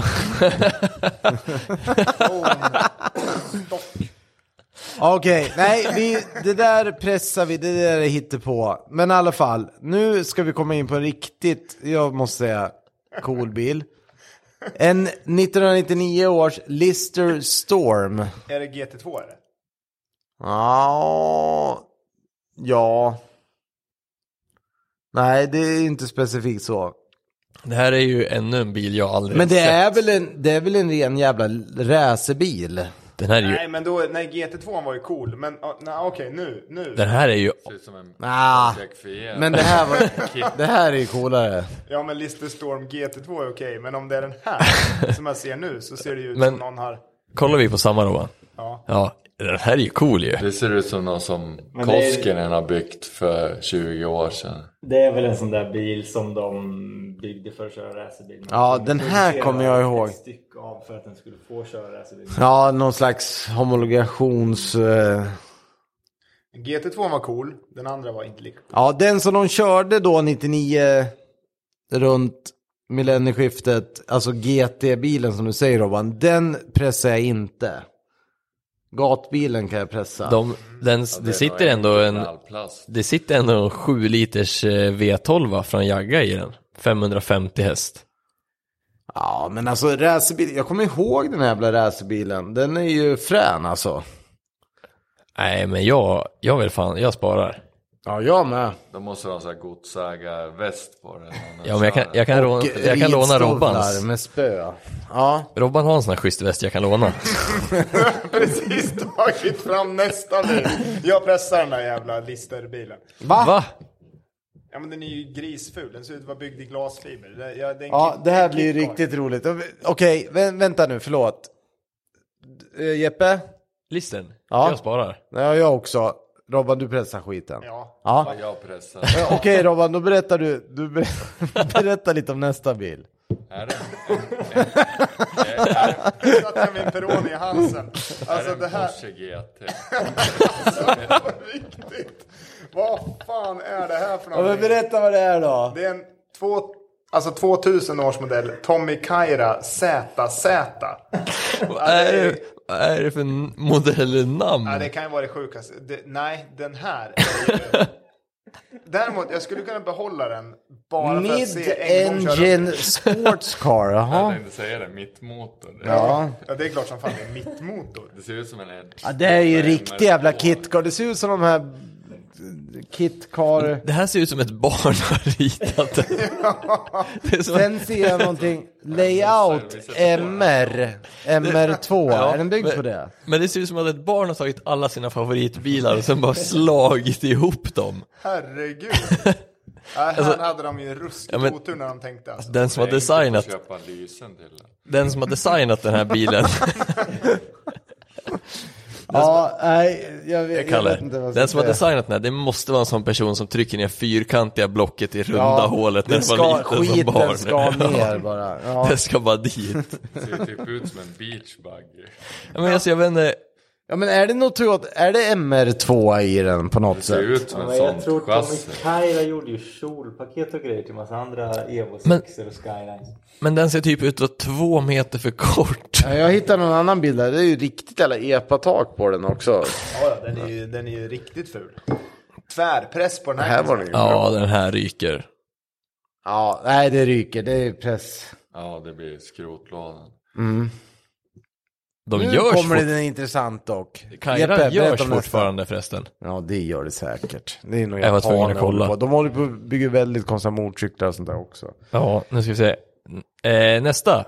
Okej, nej, det där pressar vi, det där är hittepå. Men i alla fall, nu ska vi komma in på en riktigt, jag måste säga, cool bil. En 1999 års Lister Storm. Är det GT2 eller? Ja. Nej, det är inte specifikt så. Det här är ju ännu en bil jag aldrig Men det sett. är väl en ren jävla racerbil. Den här är ju... Nej, men då, nej, GT2 var ju cool. Men okej, nu. Den här är ju... Ser ut som en Jack Fiat. Men det här är ju coolare. Ja, men Lister Storm GT2 är okej. Men om det är den här som jag ser nu så ser det ju ut Men- som någon har... Kollar vi på samma då? Ja. Ja, den här är ju cool ju. Det ser ut som någon som Men det är- Koskinen har byggt för 20 år sedan. Det är väl en sån där bil som de byggde för att köra racerbil. Ja, den här kommer jag ihåg. Ett stycke av för att den skulle få köra racerbil. Ja, någon slags homologations... GT2 var cool, den andra var inte lika cool. Ja, den som de körde då 99 runt millennieskiftet, alltså GT-bilen som du säger Robban, den pressar jag inte. Gatbilen kan jag pressa. Det sitter ändå det sitter ändå en 7 liters V12 från Jagga i den. 550 häst. Ja, men alltså racerbil, jag kommer ihåg den här jävla racerbilen. Den är ju frän alltså. Nej, men jag vill fan, jag sparar. Ja, jag med. Då måste de ha så här godsägarväst på den. Ja, men jag kan låna ridstövlar Robbans. med spö. Ja. Robban har en sån här schysst väst jag kan låna. Precis tagit fram nästa bil. Jag pressar den där jävla Lister-bilen. Va? Ja, men den är ju grisful. Den ser ut att vara byggd i glasfiber. Det här blir ju riktigt roligt. Okej, vänta nu, förlåt. Jeppe? Listen, Ja. jag sparar. Ja, jag också. Robban, du pressar skiten. Ja. Jag pressar. Okej, Robban, då berättar du berättar lite om nästa bil. Är det Satt jag min Peroni i halsen. Alltså en det här... Porsche GT? Riktigt. Vad fan är det här för Ja, men någonting? berätta vad det är då. Det är en 2000 års modell Tommy Kaira ZZ. Vad är det för modellnamn? Ja, det kan ju vara det sjukaste. Nej, den här är ju... Däremot, jag skulle kunna behålla den bara för att se en gång köra Mid-engine sports car, Jag jaha. tänkte säga det, mittmotor. Ja. Ja, det är klart som fan det är mittmotor. Det ser ut som en Ja, det är ju riktig jävla kitcar. Det ser ut som de här kitcar. Det här ser ut som ett barn har ritat det. Det är som Sen ser jag någonting. Layout MR2. Ja, är den byggd men- på det? Men det ser ut som att ett barn har tagit alla sina favoritbilar och sen bara slagit ihop dem. Herregud. Här hade de ju ruskigt Ja, men- otur när de tänkte. Alltså. Den som har designat, köpa lysen till den. den som har designat den här bilen, Ja, nej. Jag vet Kalle, inte vad jag ska den som har säga. designat den här, det måste vara en sån person som trycker ner fyrkantiga blocket i runda Ja, hålet när det man var ska, liten som barn. skiten ska ner bara. Ja. Det ska bara dit. Det ser typ ut som en beachbuggy. Ja, men alltså, jag vet inte, Ja, men är det något Toyota? Är det MR2 i den på något Det ser sätt? ut som en Men jag sån tror Tommy chassi. Kaira gjorde ju kjolpaket och grejer till massa andra Evo Men- 6 och Skylines. men den ser typ ut att vara 2 meter för kort. Ja, jag hittade någon annan bild där. Det är ju riktigt jävla epa-tak på den också. Ja, den är ju riktigt ful. Tvärpress på den här. Här var den ju. Ja, den här ryker. Ja, nej det ryker. Det är press. Ja, det blir skrotlådan. De Nu görs kommer fort. det intressant dock. Kaira Jeppe, görs berätta om nästa. fortfarande förresten. Ja, det gör det säkert. Det är nog Jag var tvungen att japaner kolla. håller på. De håller på att bygga väldigt konstiga motorcyklar och sånt där också. Ja, nu ska vi se. Nästa.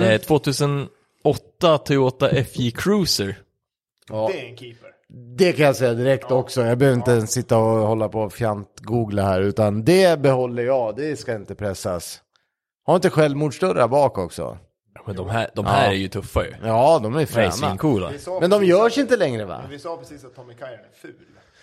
2008 Toyota FJ Cruiser. Ja. Det är en keeper. Det kan jag säga direkt också. Jag behöver inte ens sitta och hålla på och fjant-googla här. Utan det behåller jag. Det ska inte pressas. Har inte självmordsdörrar bak också? Ja, men de här är ju tuffa ju. Ja, de är De är fräna. svincoola. Vi sa Men de precis görs inte längre va? att- Vi sa precis att Tommy Kaira är ful.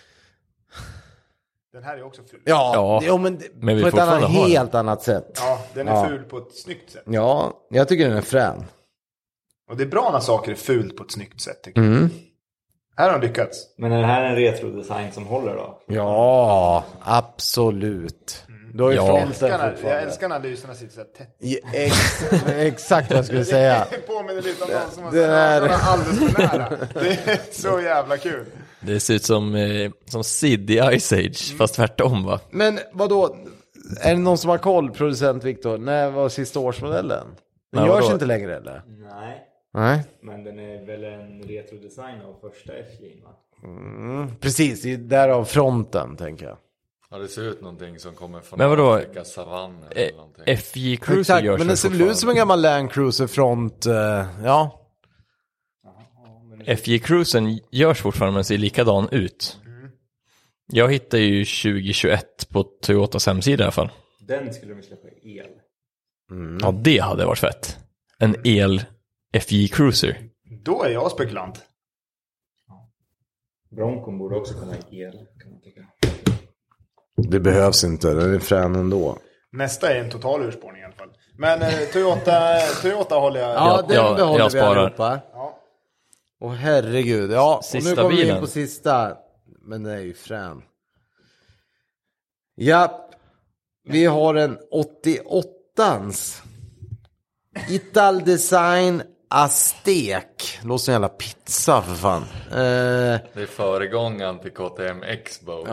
Den här är också ful. Ja, jo, men, men vi på ett annat, fortfarande har helt annat sätt. Ja, den är Ja. ful på ett snyggt sätt. Ja, jag tycker den är frän. Och det är bra när saker är fult på ett snyggt sätt tycker jag. Här har de lyckats. Men är det här en retro-design som håller då? Ja, absolut. Du har ju Ja. fronten Jag fortfarande. älskar när lyserna sitter så här tätt. Exakt vad jag skulle säga. Det påminner lite om någon som har Det är- sett alldeles för nära. Det är så jävla kul. Det ser ut som Sid i Ice Age, fast tvärtom va? Men vadå? Är det någon som har koll, producent Viktor? När var sista årsmodellen? Den Ja, görs vadå? inte längre eller? Nej, Nej. men den är väl en retro-design av första FJ va? Precis, det är därav fronten tänker jag. Ja, det ser ut någonting som kommer från Men vadå? Afrika savanner eller någonting. FJ Cruiser Exakt, görs men väl det ser väl fortfarande? ut som en gammal Land Cruiser front, ja. FJ Cruisen görs fortfarande men ser likadan ut. Jag hittar ju 2021 på Toyotas hemsida i alla fall. Den skulle de släppa i el. Ja, det hade varit fett. En el FJ Cruiser. Då är jag spekulant. Broncon borde också kunna i el kan man tycka. Det behövs inte, den är frän ändå. Nästa är en total urspårning i alla fall. Men Toyota håller jag. Ja, den jag behåller vi sparar. allihopa. Ja. Åh herregud, ja. Och Sista nu kommer vi in bilen. på sista. Men den är ju frän. Ja, vi har en 88ans. Ital Design Aztek. Låter som en jävla pizza för fan. Det är föregångaren till KTM X-Bow.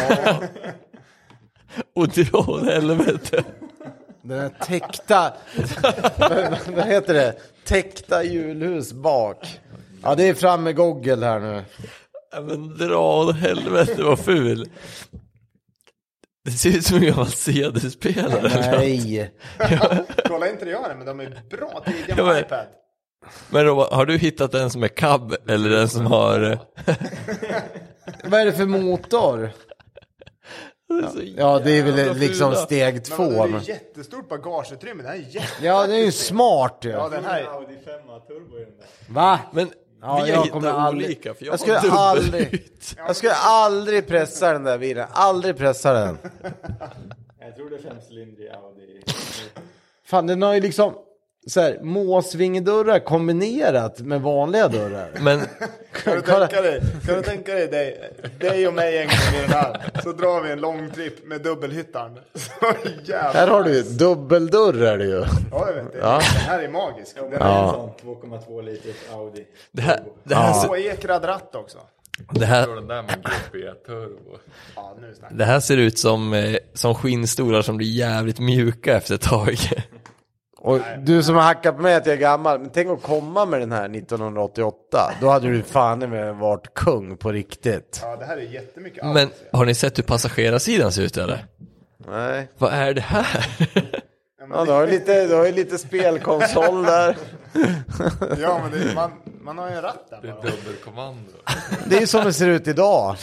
Och dra åt helvete. Den här täckta, vad heter det? Täckta hjulhus bak. Ja, det är fram med Google här nu. Ja, men dra åt helvete vad ful. Det ser ut som en gammal CD-spelare. Nej. Kolla inte det gör det, men de är bra till Ja, gammal men- iPad. Men Robert, har du hittat den som är cab eller den som har... Vad är det för motor? Ja, det är väl liksom steg 2. Men det är jättestort bagageutrymme. Den här är Ja, det är ju smart ju. Ja, den här. Audi 5 turbo i den där. Va? Men Ja, vi jag har kommer hittat aldrig- olika. För Jag skulle aldrig pressa den där bilen. Aldrig pressa den. Jag tror det är 5-cylindrig Audi. Fan, den har ju liksom så här, måsvingedörrar kombinerat med vanliga dörrar. Men Kan du tänka dig och mig en gång i den här. Så drar vi en lång tripp med dubbelhyttan. Så jävla. Här har du dubbeldörrar ju. Ja, jag vet det. Den här är magisk. Den Det är en sån 2,2 liters Audi. det här är tvåekrad ratt också. det här Och den där med GP-turbo. Ja, nu snackar Det här ser ut som skinnstolar som blir jävligt mjuka efter ett tag. Och du som har hackat på mig att jag är gammal, men tänk att komma med den här 1988. Då hade du fan med varit kung på riktigt. Ja, det här är jättemycket Men har ni sett hur passagerarsidan ser ut eller? Nej. Vad är det här? Ja, du har ju lite spelkonsol där. Ja, men man har ju en ratt där Det är bara. dubbelkommando. Det är ju som det ser ut idag.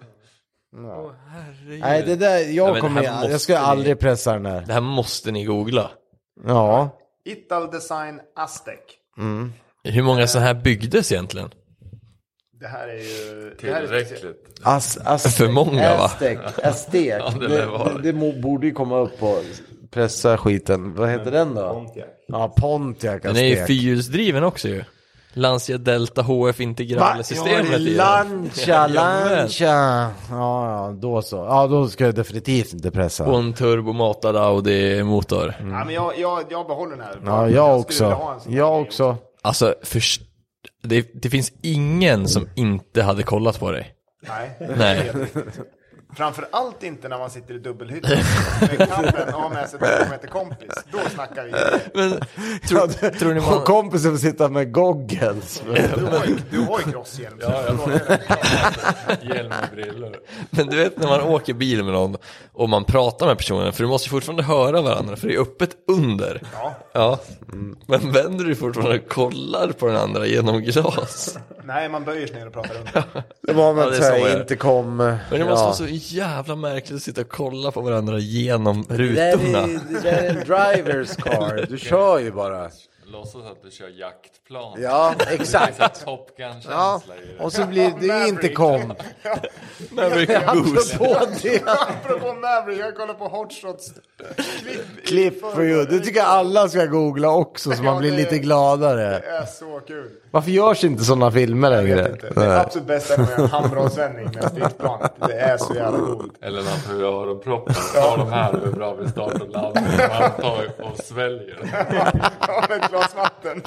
Nej, det där, jag ska aldrig pressa den här. Det här måste ni googla. Ja. Ital Design Aztec. Hur många så här byggdes egentligen? Det här är ju... Det här är Tillräckligt. För många, va? Aztek. Ja, det lär vara. Det borde ju komma upp på pressa skiten. Vad heter den då? Pontiac. Ja, Pontiac Den är ju Aztek. fyrhjulsdriven också ju. Lancia Delta HF integralsystemet i den. Lancia. Jajamän. Ja, då så. Ja, då ska jag definitivt inte pressa. Och en turbomatad Audi-motor. Ja, men jag behåller den här. Ja, jag skulle vilja också. ha en sån här Jag grej också. Alltså, det finns ingen som inte hade kollat på dig. Nej. Nej. Framförallt inte när man sitter i dubbelhytten med kabeln och har med sig 2 meter kompis. Då snackar vi. Men tror ni Och man... kompisen får sitta med goggles. Du har ju crosshjälm. Hjälm och brillor. Men du vet när man åker bil med någon och man pratar med personen, för du måste ju fortfarande höra varandra för det är öppet under. Ja. Men vänder du fortfarande och kollar på den andra genom glas? Nej, man böjer sig ner och pratar under. Det var Ja, man det är så så här, är det. inte kom. Men det måste ja. vara så jävla märkligt att sitta och kolla på varandra genom Det rutorna. är en drivers car. Du kör ju bara. Låtsas att du kör jaktplan. Ja, Det är exakt. så här Top Gun-känsla Ja, i det. och så blir det ju inte kom. Maverick Boost. Apropå det. Apropå Maverick, jag kollar på Hot Shots Clip for you. Det tycker jag alla ska googla också så man blir lite gladare. Det är så kul. Varför görs inte sådana filmer Jag vet längre? inte. Det är absolut bästa är när man gör en handbromsvändning med stridsplanet. Det är så jävla coolt. Eller när han tar ur öronproppen. Ta de här, det är bra vid start och landning. Man tar och sväljer. Ja, med ett glas vatten.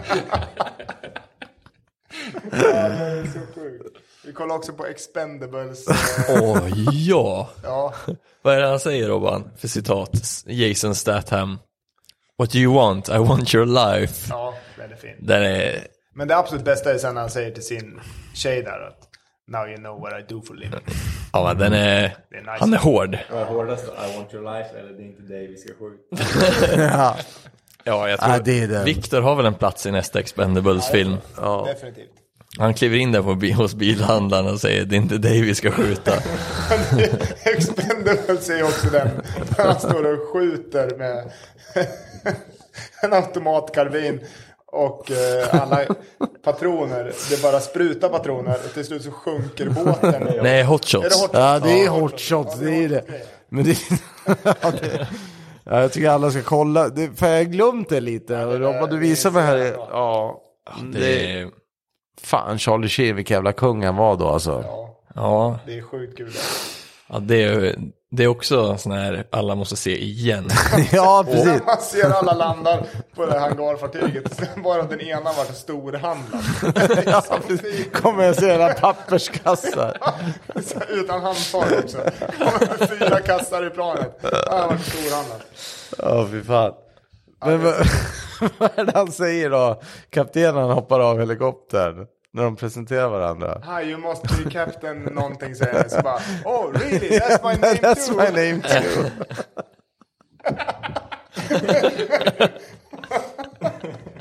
Ja, det är så sjukt. Vi kollar också på Expendables. Ja. Ja, Vad är det han säger, Robban? För citat. Jason Statham. What do you want? I want your life. ja, den är fin. Den är... Men det absolut bästa är sen när han säger till sin tjej där att now you know what I do for a living. Ja, men den är... Det är nice. Han är hård. Vad är hårdast då? I want your life eller det är inte dig vi ska skjuta? Ja, jag tror... Ja, det är den. Victor har väl en plats i nästa Expendables-film. Definitivt. Han kliver in där hos bilhandlaren och säger det är inte dig vi ska skjuta. Expendables är också den där han står och skjuter med en automatkarbin och alla patroner, det bara sprutar patroner och till slut så sjunker båten. Nej, Hot Är det Shots. Hot Shots? Ja, det är hot shots, det är det. Men det, ja, jag tycker alla ska kolla. För jag har glömt det lite. Och Robban, du visar mig här. Ja, Det är... fan, Charlie Sheen, vilken jävla kung han var då alltså. Ja, Det är sjukt kul. ja det är också sån här alla måste se igen. Ja, precis. Man ser alla landar på det här hangarfartyget. Bara den ena var storhandlad. Ja, precis. Kommer jag se era papperskassar. Utan handtag också. Kommer med 4 kassar i planet. Han har varit storhandlad. Ja, fy fan. Men vad är det han säger då? Kaptenen hoppar av helikoptern när de presenterar varandra. Hi, you must be captain någonting säger han. Så bara, oh really? That's my name That's too. my name too.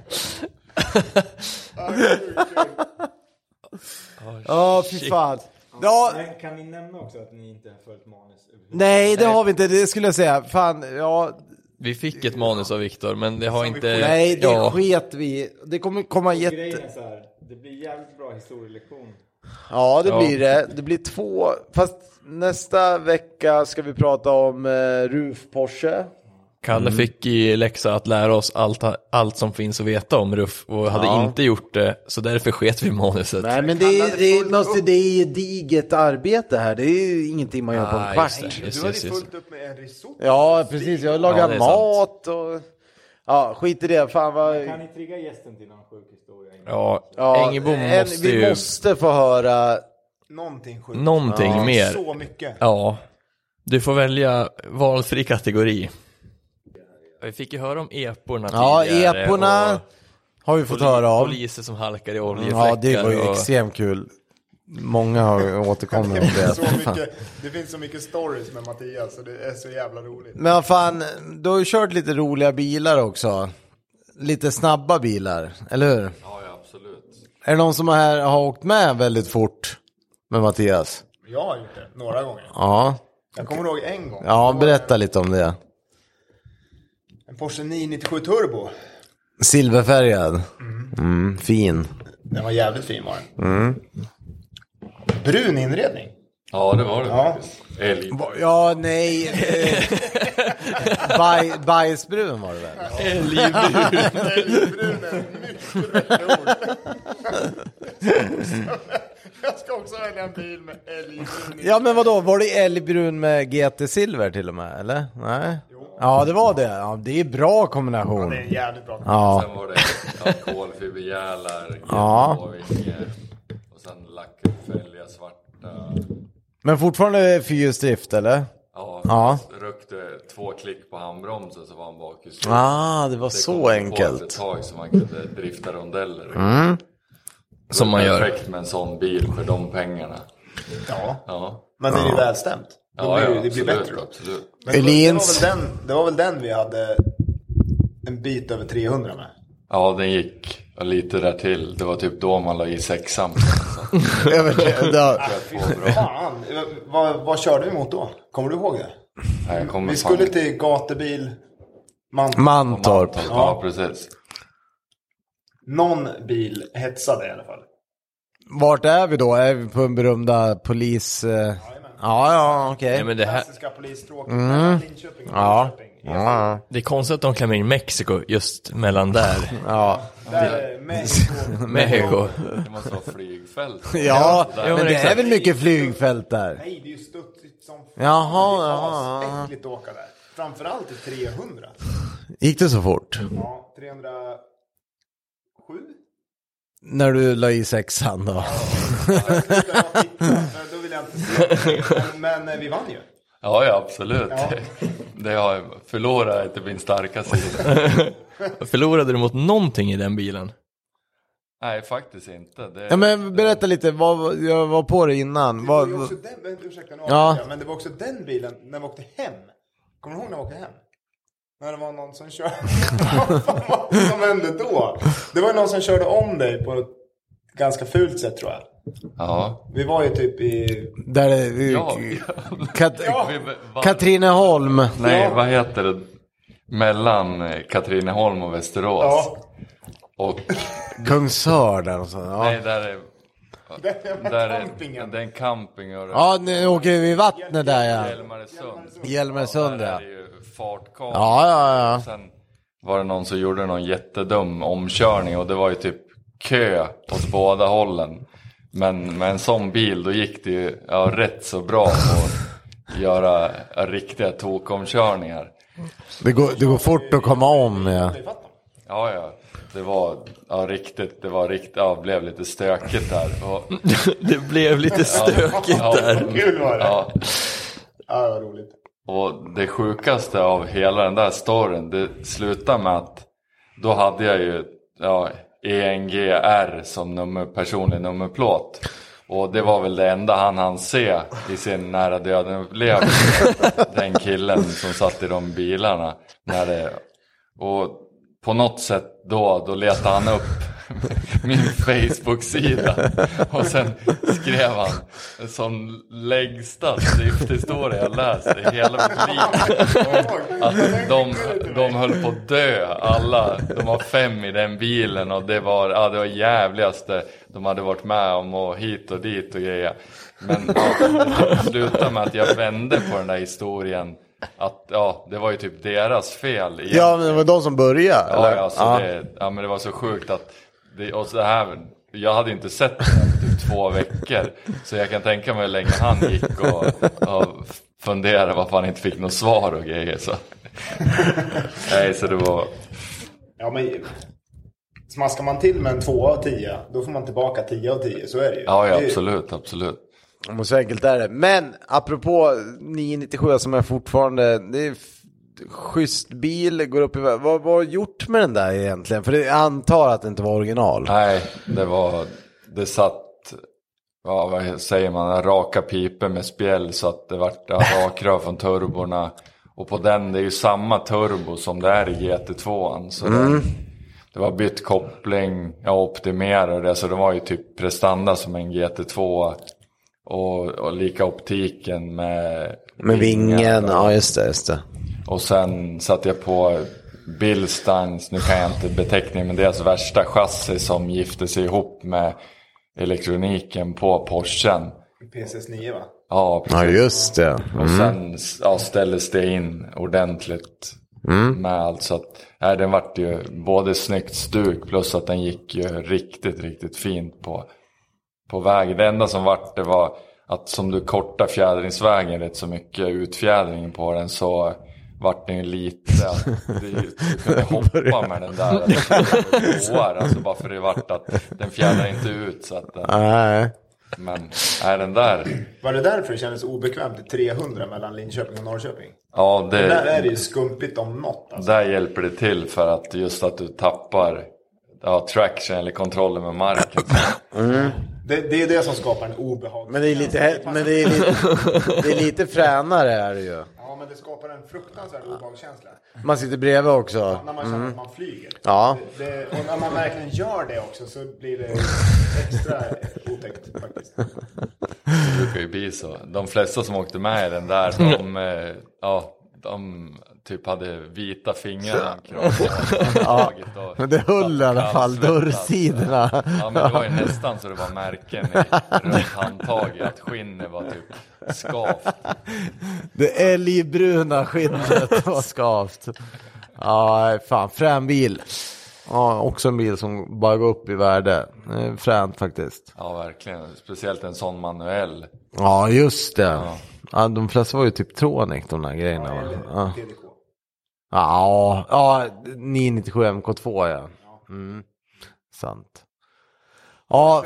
Ja, fy fan. Ja, Men kan ni nämna också att ni inte har följt manus? nej, det har vi inte. Det skulle jag säga. Fan, ja. Vi fick ett manus av Viktor, men det har inte... Nej, det ja. sket vi. Det kommer komma Grejen är så här, det blir jävligt bra historielektion. Ja, det Ja. blir det. Det blir 2. Fast nästa vecka ska vi prata om RUF Porsche. Kalle fick i läxa att lära oss allt som finns att veta om RUF och hade inte gjort det, så därför sket vi manuset. Nej, men det är diget arbete här. Det är ingenting man gör på en kvart. Just. Du hade fullt upp med en risotto. Ja, precis. Jag lagar Ja, det är mat och... Ja, skit i det. Fan vad... Kan ni trigga gästen till någon sjuk historia? Ja, Engebom måste vi ju måste få höra... Någonting sjukt. någonting mer. Så mycket. Ja, du får välja valfri kategori. Vi fick ju höra om eporna tidigare. Eporna och har vi fått höra om. poliser som halkar i oljefläckar. Ja, det var ju och... extremt kul. Många har återkommit om det. Det finns så mycket stories med Mattias, så det är så jävla roligt. Men vad fan, du har ju kört lite roliga bilar också. Lite snabba bilar, eller hur? Ja, absolut. Är det någon som har åkt med väldigt fort med Mattias? Jag har gjort det några gånger. Ja, Jag kommer ihåg en gång. ja, berätta lite om det. En Porsche 997 Turbo. Silverfärgad. Fin. Den var jävligt fin, var den. Brun inredning. Ja, det var det Ja. faktiskt. Älg. Ja, nej. Bajsbrun var det väl? Älgbrun är mycket bättre ord. Jag ska också välja en bil med älgbrun. Ja, men vadå? Var det älgbrun med GT-silver till och med, eller? Nej? Ja, det var det. Ja, det är bra kombination. Det är en jävligt bra. Ja. Sen var det kolfibergälar, Ja. och sen lackfälgar svarta. Men fortfarande fyrhjulsdrift, eller? Ja, Ja. rökte 2 klick på handbromsen så var han bakhjulsdrift. Det var Det så kom på enkelt. ett tag så man kunde drifta rondeller. Som man gör. Perfekt med en sån bil för de pengarna. Ja, Ja, men det är ju välstämt. Det blir absolut, bättre då. absolut. Men det Elins. det var väl den vi hade en bit över 300 med. Ja, den gick lite där till. Det var typ då man la i 6an. Fan, vad körde vi mot då? Kommer du ihåg det? Nej, jag kommer Vi fan- skulle till gatubil Mantorp. Ja, precis. Någon bil hetsade i alla fall. Vart är vi då? Är vi på en berömda polis... Ja, okej. Nej, men det här, Klassiska polisstråk mellan Linköping och Ja. Linköping. Ja. det är konstigt att de klämmer in Mexiko just mellan där. Ja. Där är Mexiko. Mexiko. Det måste vara flygfält. Ja, Ja, men men det är exakt. väl mycket flygfält där? Nej, det är ju studsigt som Jaha, Det är jaha. asäckligt att åka där. Framförallt i 300. Gick det så fort? Ja, 307. När du la i 6an då? Då vill jag inte se. Men vi vann ju. Ja, absolut. Ja. Det har förlorat inte min starka sida. Förlorade du mot någonting i den bilen? Nej, faktiskt inte. Det, Ja, men berätta lite, jag var på det innan. Det var ju också den, ursäkta, Ja. men det var också den bilen när vi åkte hem. Kommer du ihåg när vi åkte hem? När det var någon som körde... Vad som hände då? Det var ju någon som körde om dig på ett ganska fult sätt, tror jag. Ja. Vi var ju typ i... Där är Ja. Katrineholm. Nej, Ja. vad heter det? Mellan Katrineholm och Västerås. Ja. Och Kungsör där och så. Ja, nej, där är... Där är campingen. Det är en camping och ja, nu åker vi i vattnet där, ja. Hjälmaresund. Hjälmaresund, Där ja. är det ju fartkamera. Ja. Sen var det någon som gjorde någon jättedum omkörning och det var ju typ kö åt båda hållen. Men med en sån bil då gick det ju rätt så bra att göra riktiga tokomkörningar. Det går fort att komma om, ja. Ja. Det var riktigt, blev lite stökigt där. Och, Det blev lite stökigt där. Kul var det. ja. Ja, det var roligt. Och det sjukaste av hela den där storyn, det slutade med att då hade jag ju ENGR som personlig nummerplåt. Och det var väl det enda han hann se i sin nära döden upplevelse. Den killen som satt i de bilarna. Och på något sätt då letade han upp min Facebook-sida. Och sen skrev han en sån längsta drifthistoria jag läst i hela mitt liv. Att de höll på att dö alla. De var 5 i den bilen och det var jävligaste de hade varit med om, och hit och dit och grejer. Men det slutade med att jag vände på den där historien. Att det var ju typ deras fel egentligen. Ja, men det var de som började. Ja, eller? alltså men det var så sjukt att och så här, jag hade inte sett det på typ 2 veckor. Så jag kan tänka mig hur länge han gick och funderade varför han inte fick något svar och grejer. Så. Nej, så det var... Ja, men smaskar man till med en 2 av 10, då får man tillbaka 10 av 10, så är det ju. Ja, absolut. Och så enkelt är det. Men apropå 997 som är fortfarande, det är schysst bil, går upp i vad har gjort med den där egentligen? För jag antar att det inte var original. Nej, det satt, vad säger man, raka piper med spjäll, så att det vart rakrör från turborna. Och på den, det är ju samma turbo som det är i GT2. Så det var bytt koppling, jag optimerade det, så det var ju typ prestanda som en GT2. Och lika optiken med vingen, ja just det. Och sen satte jag på Bilsteins, nu kan jag inte beteckningen, men deras värsta chassi som gifte sig ihop med elektroniken på Porschen. PSS9 va? Ja, precis. Ja just det. Och sen ställdes det in ordentligt med allt, så att den vart ju både snyggt stuk plus att den gick ju riktigt, riktigt fint på väg. Det enda som vart, det var att som du kortar fjädringsvägen rätt så mycket utfjädring på den, så vart den ju lite att du kunde hoppa med den där alltså bara för det vart att den fjädrar inte ut, så att Nej. men är den där. Var det därför det kändes obekvämt i 300 mellan Linköping och Norrköping? Ja, där är det ju skumpigt om något alltså. Där hjälper det till, för att just att du tappar traction eller kontrollen med marken. Det är det som skapar en obehag. Men det är lite fränare är det ju. Ja, men det skapar en fruktansvärd obehagskänsla. Man sitter bredvid också. Man känner att man flyger. Ja. Och när man verkligen gör det också, så blir det extra otäckt faktiskt. Det brukar ju bli så. De flesta som åkte med i den där, de typ hade vita fingrar. Ja, men det höll i alla fall dörrsidorna. Ja, men det var ju nästan så det var märken runt handtaget, att skinnet var typ skavt. Det älgbruna skinnet var skavt. Ja, fan, frän bil. Ja, också en bil som bara går upp i värde. Fränt faktiskt. Ja, verkligen. Speciellt en sån manuell. Ja, just det. Ja, de flesta var ju typ Tronic, de där grejerna. Ja, 997 MK2, ja. Sant. Ja,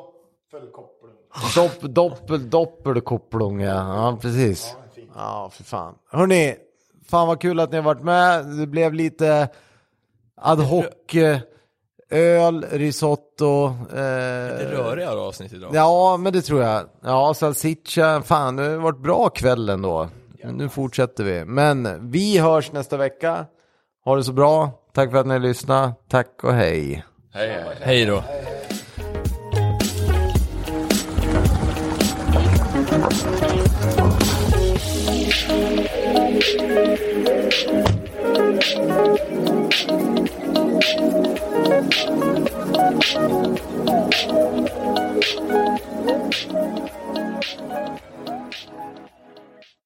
doppelkopplung, ja, precis. Ja, för fan. Hörrni, fan vad kul att ni har varit med. Det blev lite ad hoc öl, risotto. Det rörigare avsnitt idag. Ja, men det tror jag. Ja, salsiccia. Fan, det har varit bra kväll ändå. Nu fortsätter vi. Men vi hörs nästa vecka. Ha det så bra. Tack för att ni lyssnade. Tack och hej. Hej. Hej då. We'll be right back.